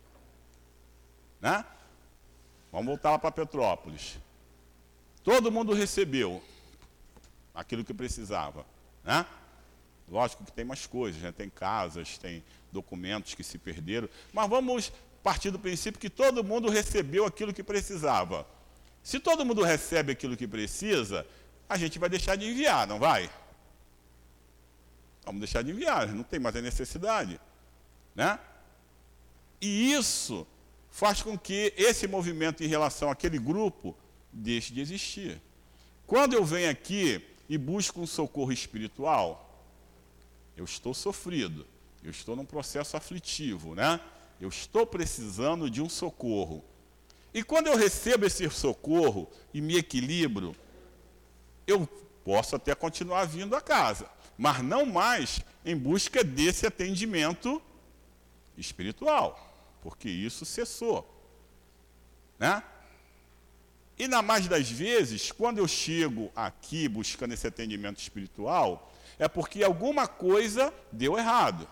né? Vamos voltar lá para Petrópolis. Todo mundo recebeu aquilo que precisava, né? Lógico que tem mais coisas, né? Tem casas, tem documentos que se perderam, mas vamos partir do princípio que todo mundo recebeu aquilo que precisava. Se todo mundo recebe aquilo que precisa, a gente vai deixar de enviar, não vai? Vamos deixar de enviar, não tem mais a necessidade, né? E isso faz com que esse movimento em relação àquele grupo deixe de existir. Quando eu venho aqui e busco um socorro espiritual, eu estou sofrido, eu estou num processo aflitivo, né? Eu estou precisando de um socorro. E quando eu recebo esse socorro e me equilibro, eu posso até continuar vindo a casa, mas não mais em busca desse atendimento espiritual, porque isso cessou, né? E na mais das vezes, quando eu chego aqui buscando esse atendimento espiritual, é porque alguma coisa deu errado.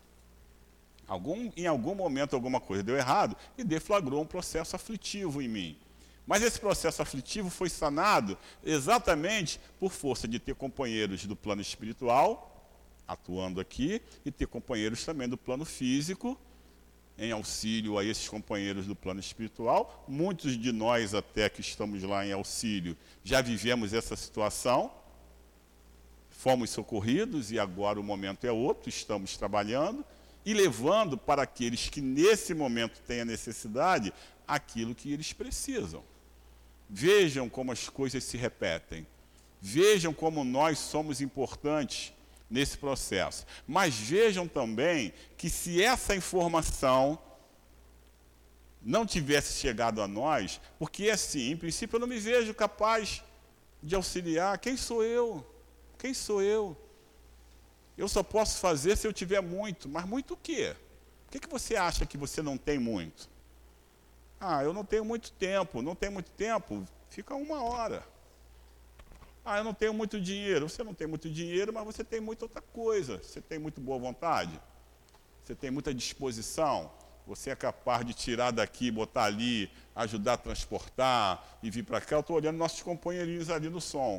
Em algum momento alguma coisa deu errado e deflagrou um processo aflitivo em mim. Mas esse processo aflitivo foi sanado exatamente por força de ter companheiros do plano espiritual atuando aqui e ter companheiros também do plano físico em auxílio a esses companheiros do plano espiritual. Muitos de nós até que estamos lá em auxílio já vivemos essa situação, fomos socorridos e agora o momento é outro, estamos trabalhando. e levando para aqueles que nesse momento têm a necessidade aquilo que eles precisam. Vejam como as coisas se repetem. Vejam como nós somos importantes nesse processo. Mas vejam também que se essa informação não tivesse chegado a nós, porque assim, em princípio eu não me vejo capaz de auxiliar. Quem sou eu? Quem sou eu? Eu só posso fazer se eu tiver muito. Mas muito o quê? O que você acha que você não tem muito? Ah, eu não tenho muito tempo. Não tenho muito tempo? Fica 1 hora. Ah, eu não tenho muito dinheiro. Você não tem muito dinheiro, mas você tem muita outra coisa. Você tem muito boa vontade. Você tem muita disposição. Você é capaz de tirar daqui, botar ali, ajudar a transportar e vir para cá. Eu estou olhando nossos companheirinhos ali no som.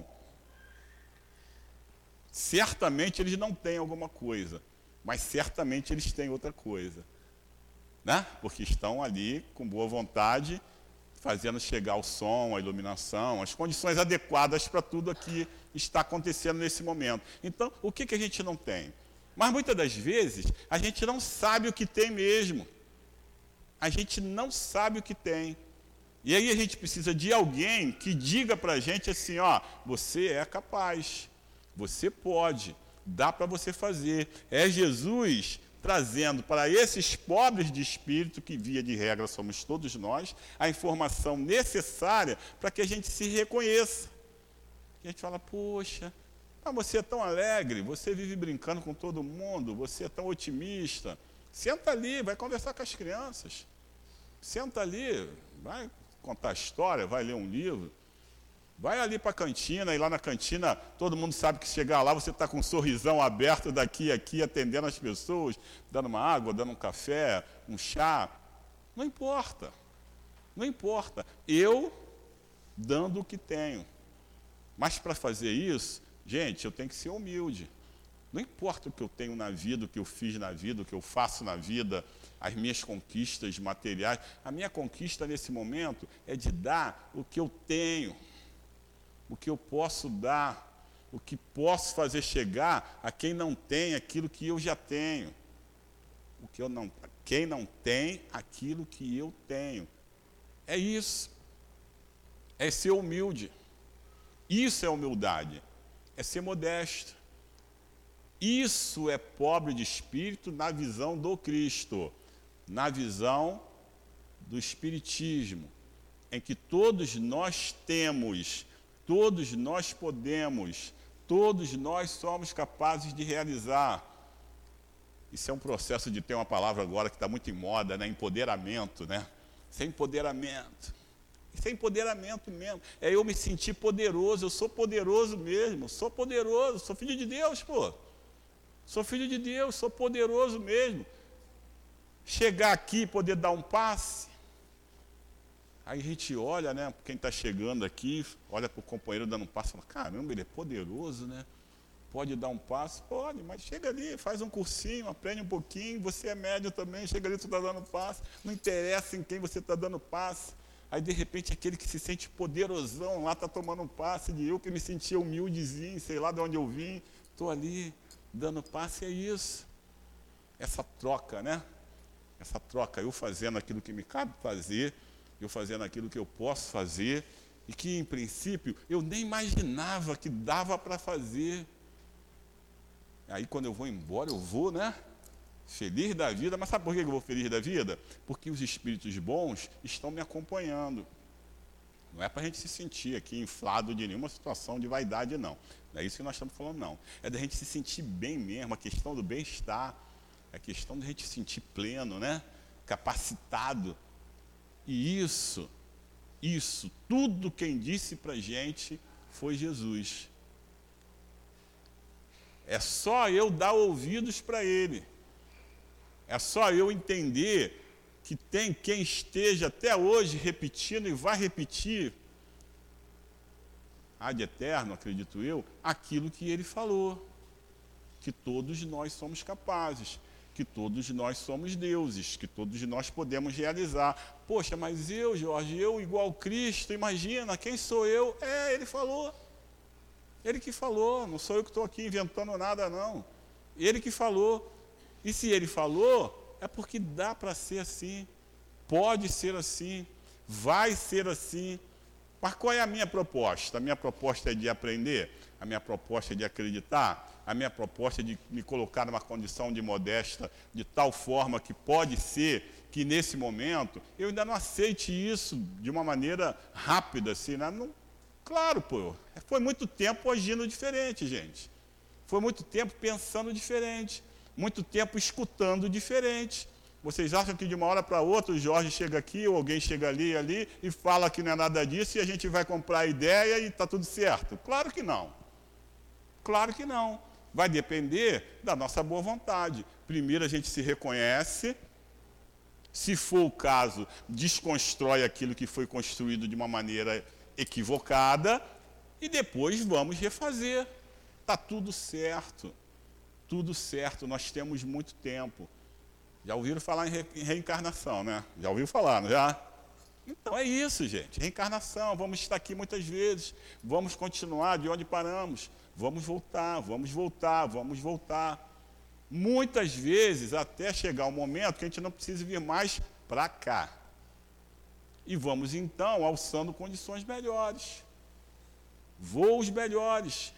Certamente eles não têm alguma coisa, mas certamente eles têm outra coisa, né? Porque estão ali com boa vontade, fazendo chegar o som, a iluminação, as condições adequadas para tudo aqui está acontecendo nesse momento. Então, o que a gente não tem? Mas muitas das vezes a gente não sabe o que tem mesmo. A gente não sabe o que tem. E aí a gente precisa de alguém que diga para a gente assim, ó, você é capaz. Você pode, dá para você fazer. É Jesus trazendo para esses pobres de espírito, que via de regra somos todos nós, a informação necessária para que a gente se reconheça. E a gente fala, poxa, mas você é tão alegre, você vive brincando com todo mundo, você é tão otimista. Senta ali, vai conversar com as crianças. Senta ali, vai contar história, vai ler um livro. Vai ali para a cantina, e lá na cantina todo mundo sabe que chegar lá você está com um sorrisão aberto daqui a aqui, atendendo as pessoas, dando uma água, dando um café, um chá. Não importa. Não importa. Eu dando o que tenho. Mas para fazer isso, gente, eu tenho que ser humilde. Não importa o que eu tenho na vida, o que eu fiz na vida, o que eu faço na vida, as minhas conquistas materiais. A minha conquista nesse momento é de dar o que eu tenho. O que eu posso dar, o que posso fazer chegar a quem não tem aquilo que eu já tenho. Quem não tem aquilo que eu tenho. É isso. É ser humilde. Isso é humildade. É ser modesto. Isso é pobre de espírito na visão do Cristo, na visão do Espiritismo, em que todos nós temos, todos nós podemos, todos nós somos capazes de realizar. Isso é um processo de ter uma palavra agora que está muito em moda, né? Empoderamento, né? Isso é empoderamento. Isso é empoderamento mesmo. É eu me sentir poderoso, eu sou poderoso mesmo, sou poderoso, sou filho de Deus, pô. Sou filho de Deus, sou poderoso mesmo. Chegar aqui e poder dar um passe. Aí a gente olha, né, quem está chegando aqui, olha para o companheiro dando um passo e fala, caramba, ele é poderoso, né? Pode dar um passo? Pode, mas chega ali, faz um cursinho, aprende um pouquinho, você é médio também, chega ali, você está dando passe, não interessa em quem você está dando passe. Aí, de repente, aquele que se sente poderosão lá está tomando um passe, de eu que me sentia humildezinho, sei lá de onde eu vim, estou ali dando passe, é isso. Essa troca, né? Essa troca, eu fazendo aquilo que me cabe fazer, eu fazendo aquilo que eu posso fazer, e que, em princípio, eu nem imaginava que dava para fazer. Aí, quando eu vou embora, eu vou, né? Feliz da vida. Mas sabe por que eu vou feliz da vida? Porque os espíritos bons estão me acompanhando. Não é para a gente se sentir aqui inflado de nenhuma situação de vaidade, não. Não é isso que nós estamos falando, não. É da gente se sentir bem mesmo, a questão do bem-estar, a questão da gente se sentir pleno, né? Capacitado. E isso, tudo quem disse para a gente foi Jesus. É só eu dar ouvidos para Ele. É só eu entender que tem quem esteja até hoje repetindo e vai repetir, ad eterno, acredito eu, aquilo que Ele falou. Que todos nós somos capazes. Que todos nós somos deuses, que todos nós podemos realizar. Poxa, mas eu, Jorge, eu igual Cristo, imagina, quem sou eu? É, Ele falou. Ele que falou, não sou eu que estou aqui inventando nada, não. Ele que falou. E se ele falou, é porque dá para ser assim, pode ser assim, vai ser assim. Mas qual é a minha proposta? A minha proposta é de aprender, a minha proposta é de acreditar, a minha proposta é de me colocar numa condição de modéstia, de tal forma que pode ser que nesse momento eu ainda não aceite isso de uma maneira rápida, assim, né? Não, claro, pô, foi muito tempo agindo diferente, gente. Foi muito tempo pensando diferente, muito tempo escutando diferente. Vocês acham que de uma hora para outra o Jorge chega aqui, ou alguém chega ali e fala que não é nada disso e a gente vai comprar a ideia e está tudo certo? Claro que não. Claro que não. Vai depender da nossa boa vontade. Primeiro a gente se reconhece, se for o caso, desconstrói aquilo que foi construído de uma maneira equivocada e depois vamos refazer. Está tudo certo. Tudo certo, nós temos muito tempo. Já ouviram falar em reencarnação, né? Já ouviu falar, não já? Então é isso, gente. Reencarnação, vamos estar aqui muitas vezes, vamos continuar de onde paramos, vamos voltar, vamos voltar, vamos voltar. Muitas vezes até chegar um momento que a gente não precisa vir mais para cá. E vamos então alçando condições melhores, voos melhores,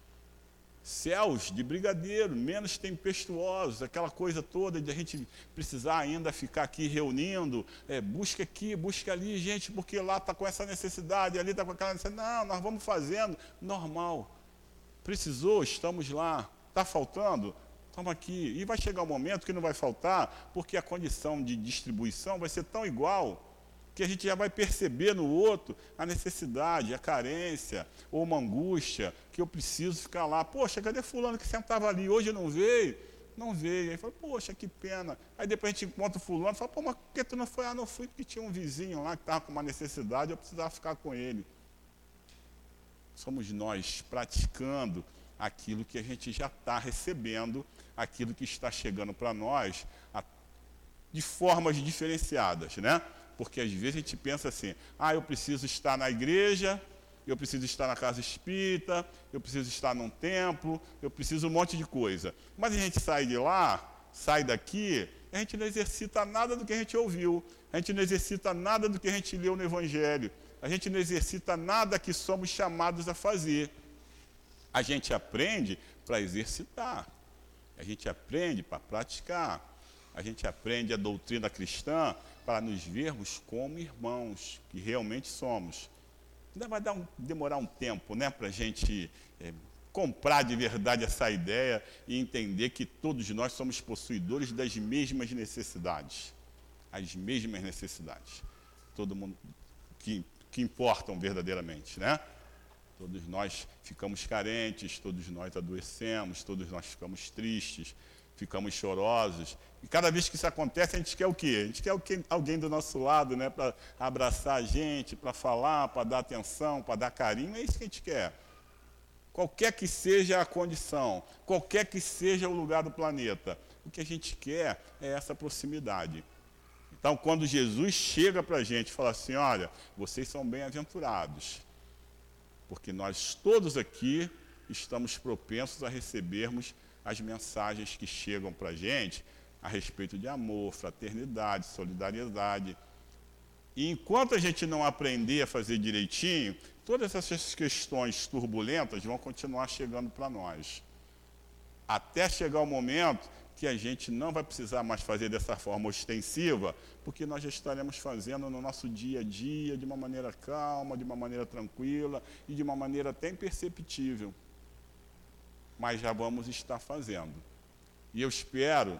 céus de brigadeiro, menos tempestuosos, aquela coisa toda de a gente precisar ainda ficar aqui reunindo, busca aqui, busca ali, gente, porque lá está com essa necessidade, ali está com aquela necessidade. Não, nós vamos fazendo, normal. Precisou, estamos lá. Está faltando? Estamos aqui. E vai chegar um momento que não vai faltar, porque a condição de distribuição vai ser tão igual, que a gente já vai perceber no outro a necessidade, a carência, ou uma angústia, que eu preciso ficar lá. Poxa, cadê fulano que sentava ali? Hoje não veio? Não veio. Aí fala, poxa, que pena. Aí depois a gente encontra o fulano e fala, pô, mas por que tu não foi? Ah, não fui porque tinha um vizinho lá que estava com uma necessidade, eu precisava ficar com ele. Somos nós praticando aquilo que a gente já está recebendo, aquilo que está chegando para nós, de formas diferenciadas, né? Porque às vezes a gente pensa assim, eu preciso estar na igreja, eu preciso estar na casa espírita, eu preciso estar num templo, eu preciso um monte de coisa. Mas a gente sai de lá, sai daqui, a gente não exercita nada do que a gente ouviu, a gente não exercita nada do que a gente leu no Evangelho, a gente não exercita nada que somos chamados a fazer. A gente aprende para exercitar, a gente aprende para praticar, a gente aprende a doutrina cristã para nos vermos como irmãos, que realmente somos. Ainda vai demorar um tempo, né, para a gente comprar de verdade essa ideia e entender que todos nós somos possuidores das mesmas necessidades. As mesmas necessidades. Todo mundo que importam verdadeiramente, né? Todos nós ficamos carentes, todos nós adoecemos, todos nós ficamos tristes, ficamos chorosos. E cada vez que isso acontece, a gente quer o quê? A gente quer alguém do nosso lado, né, para abraçar a gente, para falar, para dar atenção, para dar carinho. É isso que a gente quer. Qualquer que seja a condição, qualquer que seja o lugar do planeta, o que a gente quer é essa proximidade. Então, quando Jesus chega para a gente e fala assim, olha, vocês são bem-aventurados, porque nós todos aqui estamos propensos a recebermos as mensagens que chegam para a gente a respeito de amor, fraternidade, solidariedade. E enquanto a gente não aprender a fazer direitinho, todas essas questões turbulentas vão continuar chegando para nós. Até chegar o momento que a gente não vai precisar mais fazer dessa forma ostensiva, porque nós já estaremos fazendo no nosso dia a dia, de uma maneira calma, de uma maneira tranquila e de uma maneira até imperceptível. Mas já vamos estar fazendo. E eu espero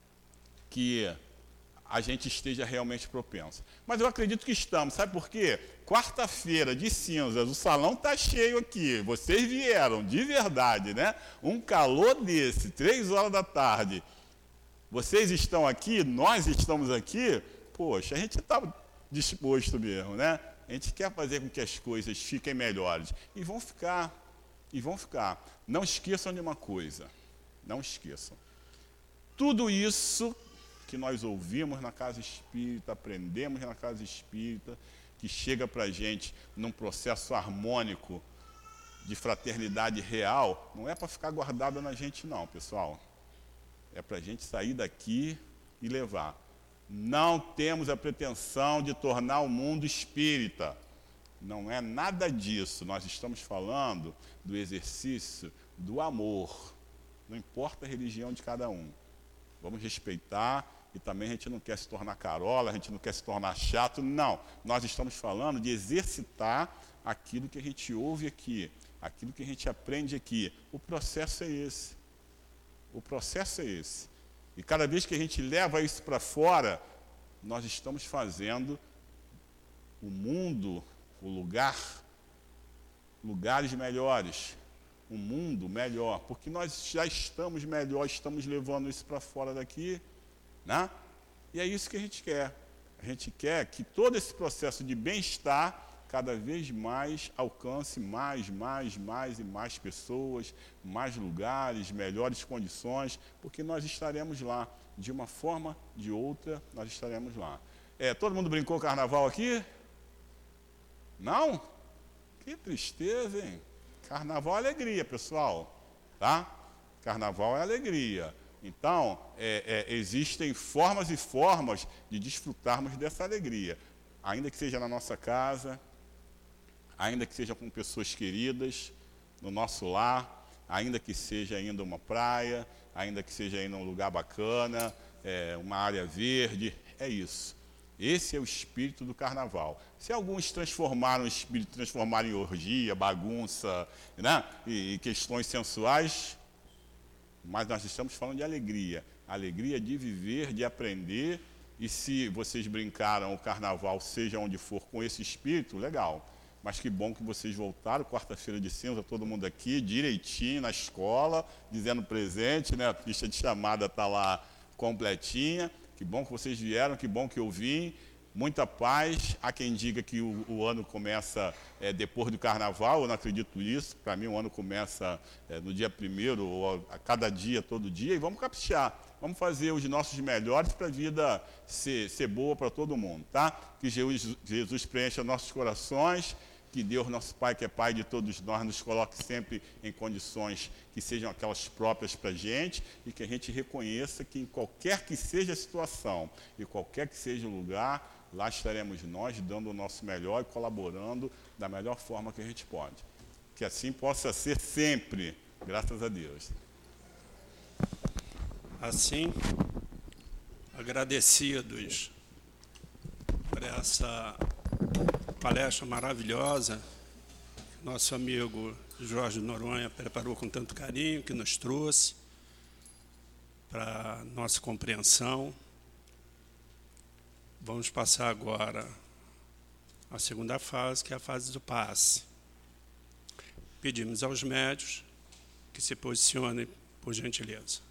que a gente esteja realmente propenso. Mas eu acredito que estamos, sabe por quê? Quarta-feira de cinzas, o salão está cheio aqui, vocês vieram, de verdade, né? Um calor desse, 3 horas da tarde. Vocês estão aqui, nós estamos aqui, poxa, a gente está disposto mesmo, né? A gente quer fazer com que as coisas fiquem melhores. E vão ficar, e vão ficar. Não esqueçam de uma coisa, não esqueçam. Tudo isso que nós ouvimos na casa espírita, aprendemos na casa espírita, que chega para a gente num processo harmônico de fraternidade real, não é para ficar guardado na gente não, pessoal. É para a gente sair daqui e levar. Não temos a pretensão de tornar o mundo espírita. Não é nada disso. Nós estamos falando do exercício do amor. Não importa a religião de cada um. Vamos respeitar, e também a gente não quer se tornar carola, a gente não quer se tornar chato, não. Nós estamos falando de exercitar aquilo que a gente ouve aqui, aquilo que a gente aprende aqui. O processo é esse. O processo é esse. E cada vez que a gente leva isso para fora, nós estamos fazendo o mundo, o lugares melhores, um mundo melhor, porque nós já estamos melhor, estamos levando isso para fora daqui, né? E é isso que a gente quer. A gente quer que todo esse processo de bem-estar cada vez mais alcance mais e mais pessoas, mais lugares, melhores condições, porque nós estaremos lá. De uma forma, de outra, nós estaremos lá. Todo mundo brincou carnaval aqui? Não? Que tristeza, hein? Carnaval é alegria, pessoal. Tá? Carnaval é alegria. Então, existem formas e formas de desfrutarmos dessa alegria. Ainda que seja na nossa casa, ainda que seja com pessoas queridas, no nosso lar, ainda que seja ainda uma praia, ainda que seja ainda um lugar bacana, uma área verde, é isso. Esse é o espírito do carnaval. Se alguns transformaram o espírito, transformaram em orgia, bagunça, né, e questões sensuais, mas nós estamos falando de alegria. Alegria de viver, de aprender, e se vocês brincaram o carnaval, seja onde for, com esse espírito, legal. Mas que bom que vocês voltaram, quarta-feira de cinza, todo mundo aqui, direitinho, na escola, dizendo presente, né? A ficha de chamada está lá completinha. Que bom que vocês vieram, que bom que eu vim. Muita paz. Há quem diga que o ano começa depois do carnaval, eu não acredito nisso. Para mim, o ano começa no dia 1º, ou a cada dia, todo dia, e vamos caprichar. Vamos fazer os nossos melhores para a vida ser boa para todo mundo, tá? Que Jesus preencha nossos corações, que Deus, nosso Pai, que é Pai de todos nós, nos coloque sempre em condições que sejam aquelas próprias para a gente, e que a gente reconheça que em qualquer que seja a situação, e qualquer que seja o lugar, lá estaremos nós dando o nosso melhor e colaborando da melhor forma que a gente pode. Que assim possa ser sempre, graças a Deus. Assim, agradecidos por essa palestra maravilhosa, nosso amigo Jorge Noronha preparou com tanto carinho, que nos trouxe para nossa compreensão. Vamos passar agora à segunda fase, que é a fase do passe. Pedimos aos médios que se posicionem, por gentileza.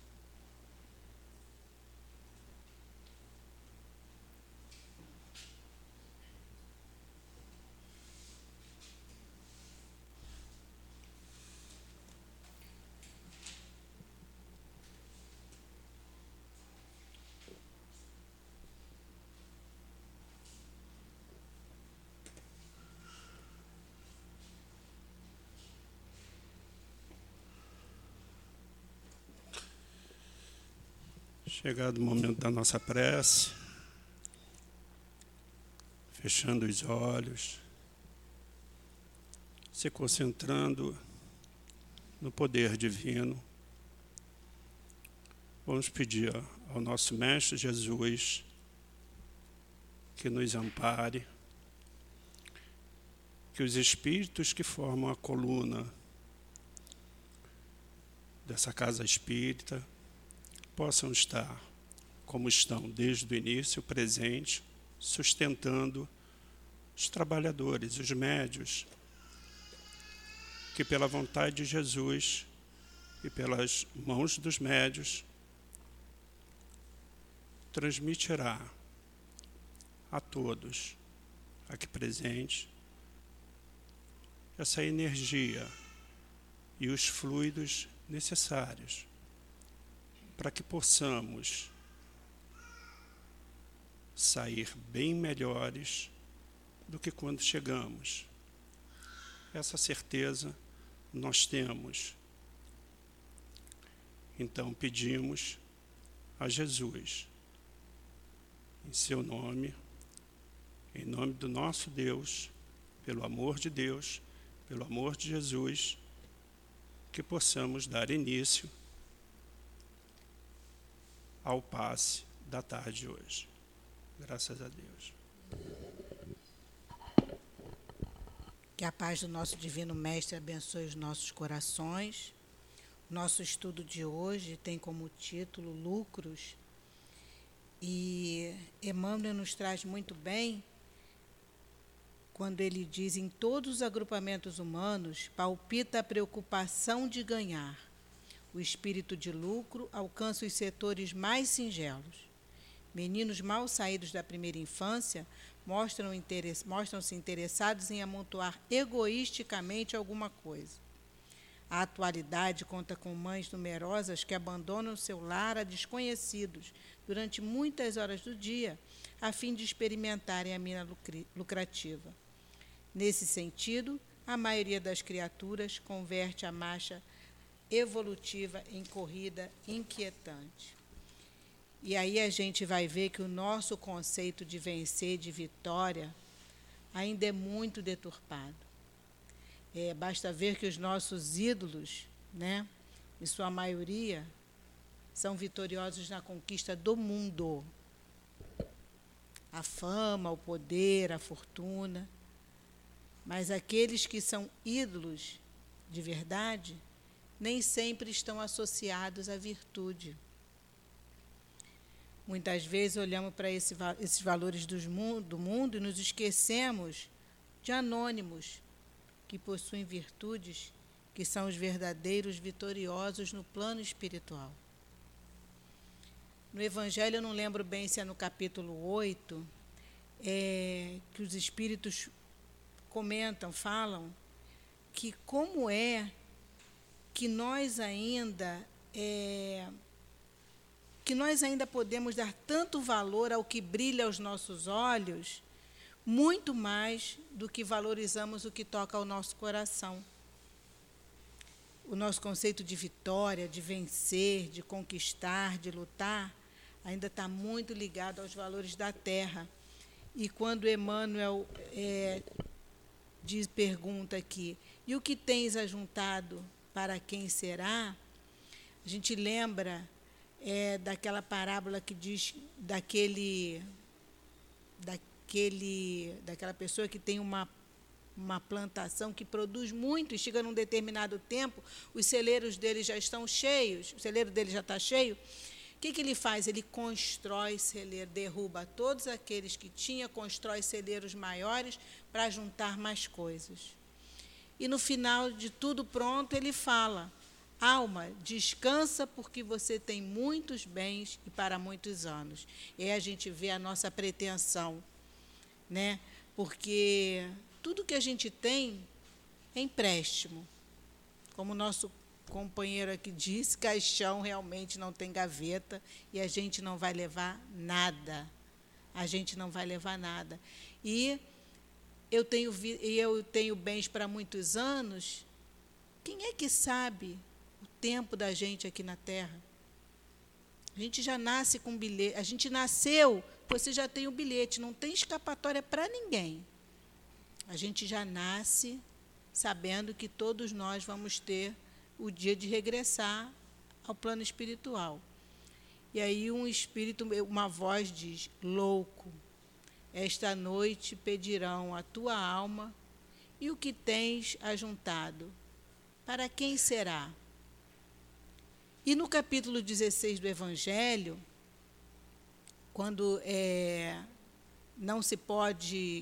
Chegado o momento da nossa prece, fechando os olhos, se concentrando no poder divino, vamos pedir ao nosso Mestre Jesus que nos ampare, que os espíritos que formam a coluna dessa casa espírita possam estar como estão desde o início, presente, sustentando os trabalhadores, os médios, que pela vontade de Jesus e pelas mãos dos médios transmitirá a todos aqui presentes essa energia e os fluidos necessários para que possamos sair bem melhores do que quando chegamos. Essa certeza nós temos. Então pedimos a Jesus, em seu nome, em nome do nosso Deus, pelo amor de Deus, pelo amor de Jesus, que possamos dar início ao passe da tarde de hoje. Graças a Deus. Que a paz do nosso Divino Mestre abençoe os nossos corações. Nosso estudo de hoje tem como título Lucros. E Emmanuel nos traz muito bem quando ele diz: em todos os agrupamentos humanos palpita a preocupação de ganhar. O espírito de lucro alcança os setores mais singelos. Meninos mal saídos da primeira infância mostram-se interessados em amontoar egoisticamente alguma coisa. A atualidade conta com mães numerosas que abandonam seu lar a desconhecidos durante muitas horas do dia, a fim de experimentarem a mina lucrativa. Nesse sentido, a maioria das criaturas converte a marcha evolutiva em corrida inquietante. E aí a gente vai ver que o nosso conceito de vencer, de vitória, ainda é muito deturpado. Basta ver que os nossos ídolos, em sua maioria, são vitoriosos na conquista do mundo. A fama, o poder, a fortuna. Mas aqueles que são ídolos de verdade, nem sempre estão associados à virtude. Muitas vezes olhamos para esses valores do mundo e nos esquecemos de anônimos, que possuem virtudes que são os verdadeiros vitoriosos no plano espiritual. No Evangelho, eu não lembro bem se é no capítulo 8, que os espíritos falam que como é que nós ainda podemos dar tanto valor ao que brilha aos nossos olhos, muito mais do que valorizamos o que toca ao nosso coração. O nosso conceito de vitória, de vencer, de conquistar, de lutar, ainda está muito ligado aos valores da terra. E quando Emmanuel pergunta aqui, e o que tens ajuntado, para quem será? A gente lembra daquela parábola que diz daquela pessoa que tem uma plantação que produz muito e chega num determinado tempo, os celeiros dele já estão cheios, o celeiro dele já está cheio. O que ele faz? Ele constrói celeiro, derruba todos aqueles que tinha, constrói celeiros maiores para juntar mais coisas. E no final de tudo pronto, ele fala: alma, descansa porque você tem muitos bens e para muitos anos. E aí a gente vê a nossa pretensão, porque tudo que a gente tem é empréstimo. Como o nosso companheiro aqui disse, caixão realmente não tem gaveta e a gente não vai levar nada. A gente não vai levar nada. E eu tenho bens para muitos anos. Quem é que sabe o tempo da gente aqui na Terra? A gente já nasce com bilhete. A gente nasceu, você já tem o bilhete, não tem escapatória para ninguém. A gente já nasce sabendo que todos nós vamos ter o dia de regressar ao plano espiritual. E aí uma voz diz: louco, esta noite pedirão a tua alma, e o que tens ajuntado, para quem será? E no capítulo 16 do Evangelho, quando não se pode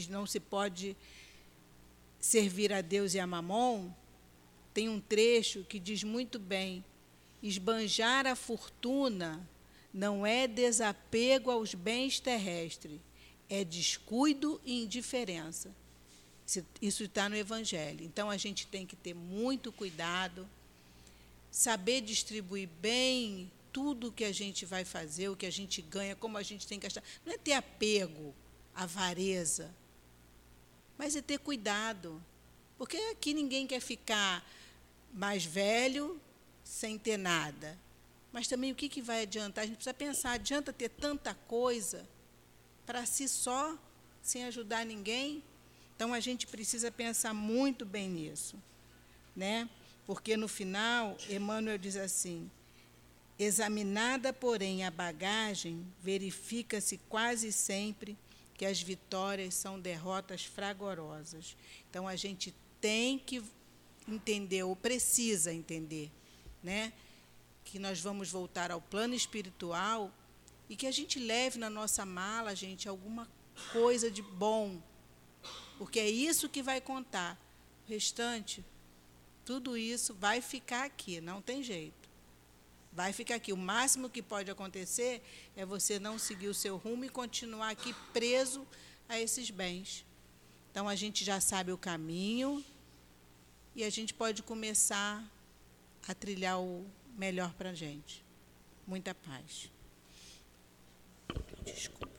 servir a Deus e a Mamon, tem um trecho que diz muito bem: esbanjar a fortuna não é desapego aos bens terrestres, é descuido e indiferença. Isso está no Evangelho. Então, a gente tem que ter muito cuidado, saber distribuir bem tudo o que a gente vai fazer, o que a gente ganha, como a gente tem que gastar. Não é ter apego, avareza, mas é ter cuidado. Porque aqui ninguém quer ficar mais velho sem ter nada, Mas também o que vai adiantar? A gente precisa pensar, adianta ter tanta coisa para si só, sem ajudar ninguém? Então, a gente precisa pensar muito bem nisso, né? Porque, no final, Emmanuel diz assim: examinada, porém, a bagagem, verifica-se quase sempre que as vitórias são derrotas fragorosas. Então, a gente tem que entender, ou precisa entender, né, que nós vamos voltar ao plano espiritual e que a gente leve na nossa mala, gente, alguma coisa de bom, porque é isso que vai contar. O restante, tudo isso vai ficar aqui, não tem jeito. Vai ficar aqui. O máximo que pode acontecer é você não seguir o seu rumo e continuar aqui preso a esses bens. Então, a gente já sabe o caminho e a gente pode começar a trilhar o melhor para a gente. Muita paz. Desculpa.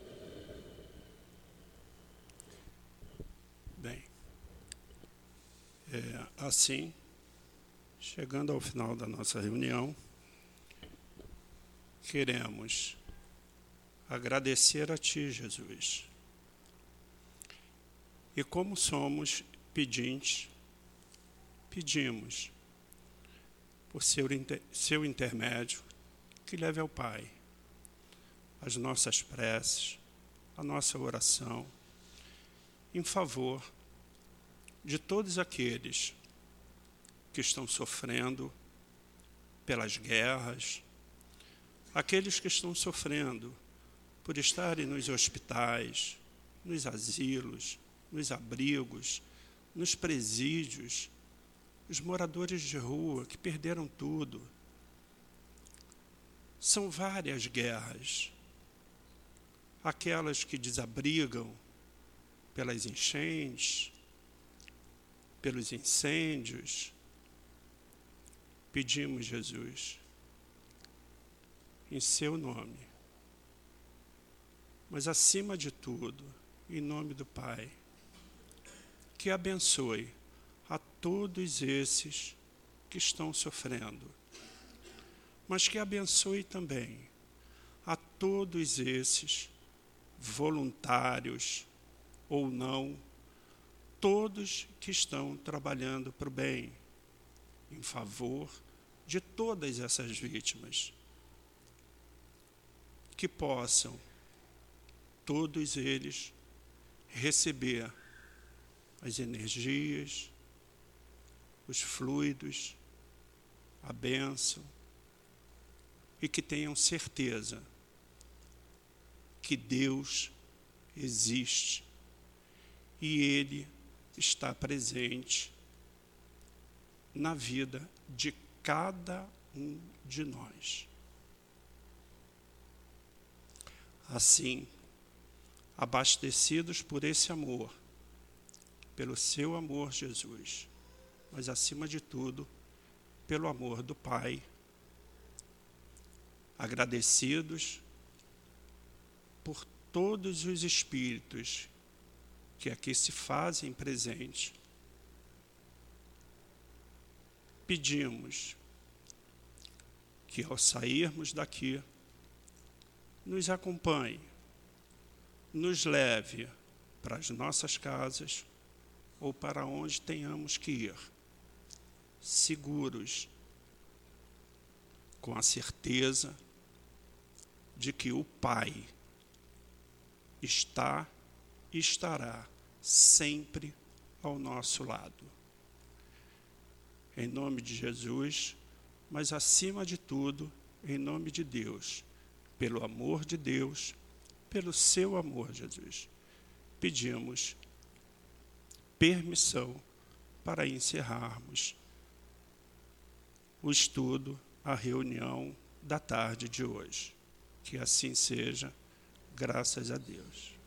Bem, assim, chegando ao final da nossa reunião, queremos agradecer a Ti, Jesus. E como somos pedintes, pedimos, por seu intermédio, que leve ao Pai as nossas preces, a nossa oração, em favor de todos aqueles que estão sofrendo pelas guerras, aqueles que estão sofrendo por estarem nos hospitais, nos asilos, nos abrigos, nos presídios, os moradores de rua que perderam tudo. São várias guerras. Aquelas que desabrigam pelas enchentes, pelos incêndios. Pedimos, Jesus, em seu nome, mas acima de tudo, em nome do Pai, que abençoe a todos esses que estão sofrendo, mas que abençoe também a todos esses voluntários ou não, todos que estão trabalhando para o bem, em favor de todas essas vítimas, que possam todos eles receber as energias, os fluidos, a bênção, e que tenham certeza que Deus existe e Ele está presente na vida de cada um de nós. Assim, abastecidos por esse amor, pelo seu amor, Jesus, mas acima de tudo, pelo amor do Pai, agradecidos por todos os espíritos que aqui se fazem presentes, pedimos que ao sairmos daqui, nos acompanhe, nos leve para as nossas casas ou para onde tenhamos que ir, seguros, com a certeza de que o Pai está e estará sempre ao nosso lado. Em nome de Jesus, mas acima de tudo, em nome de Deus, pelo amor de Deus, pelo seu amor, Jesus, pedimos permissão para encerrarmos o estudo, a reunião da tarde de hoje. Que assim seja, graças a Deus.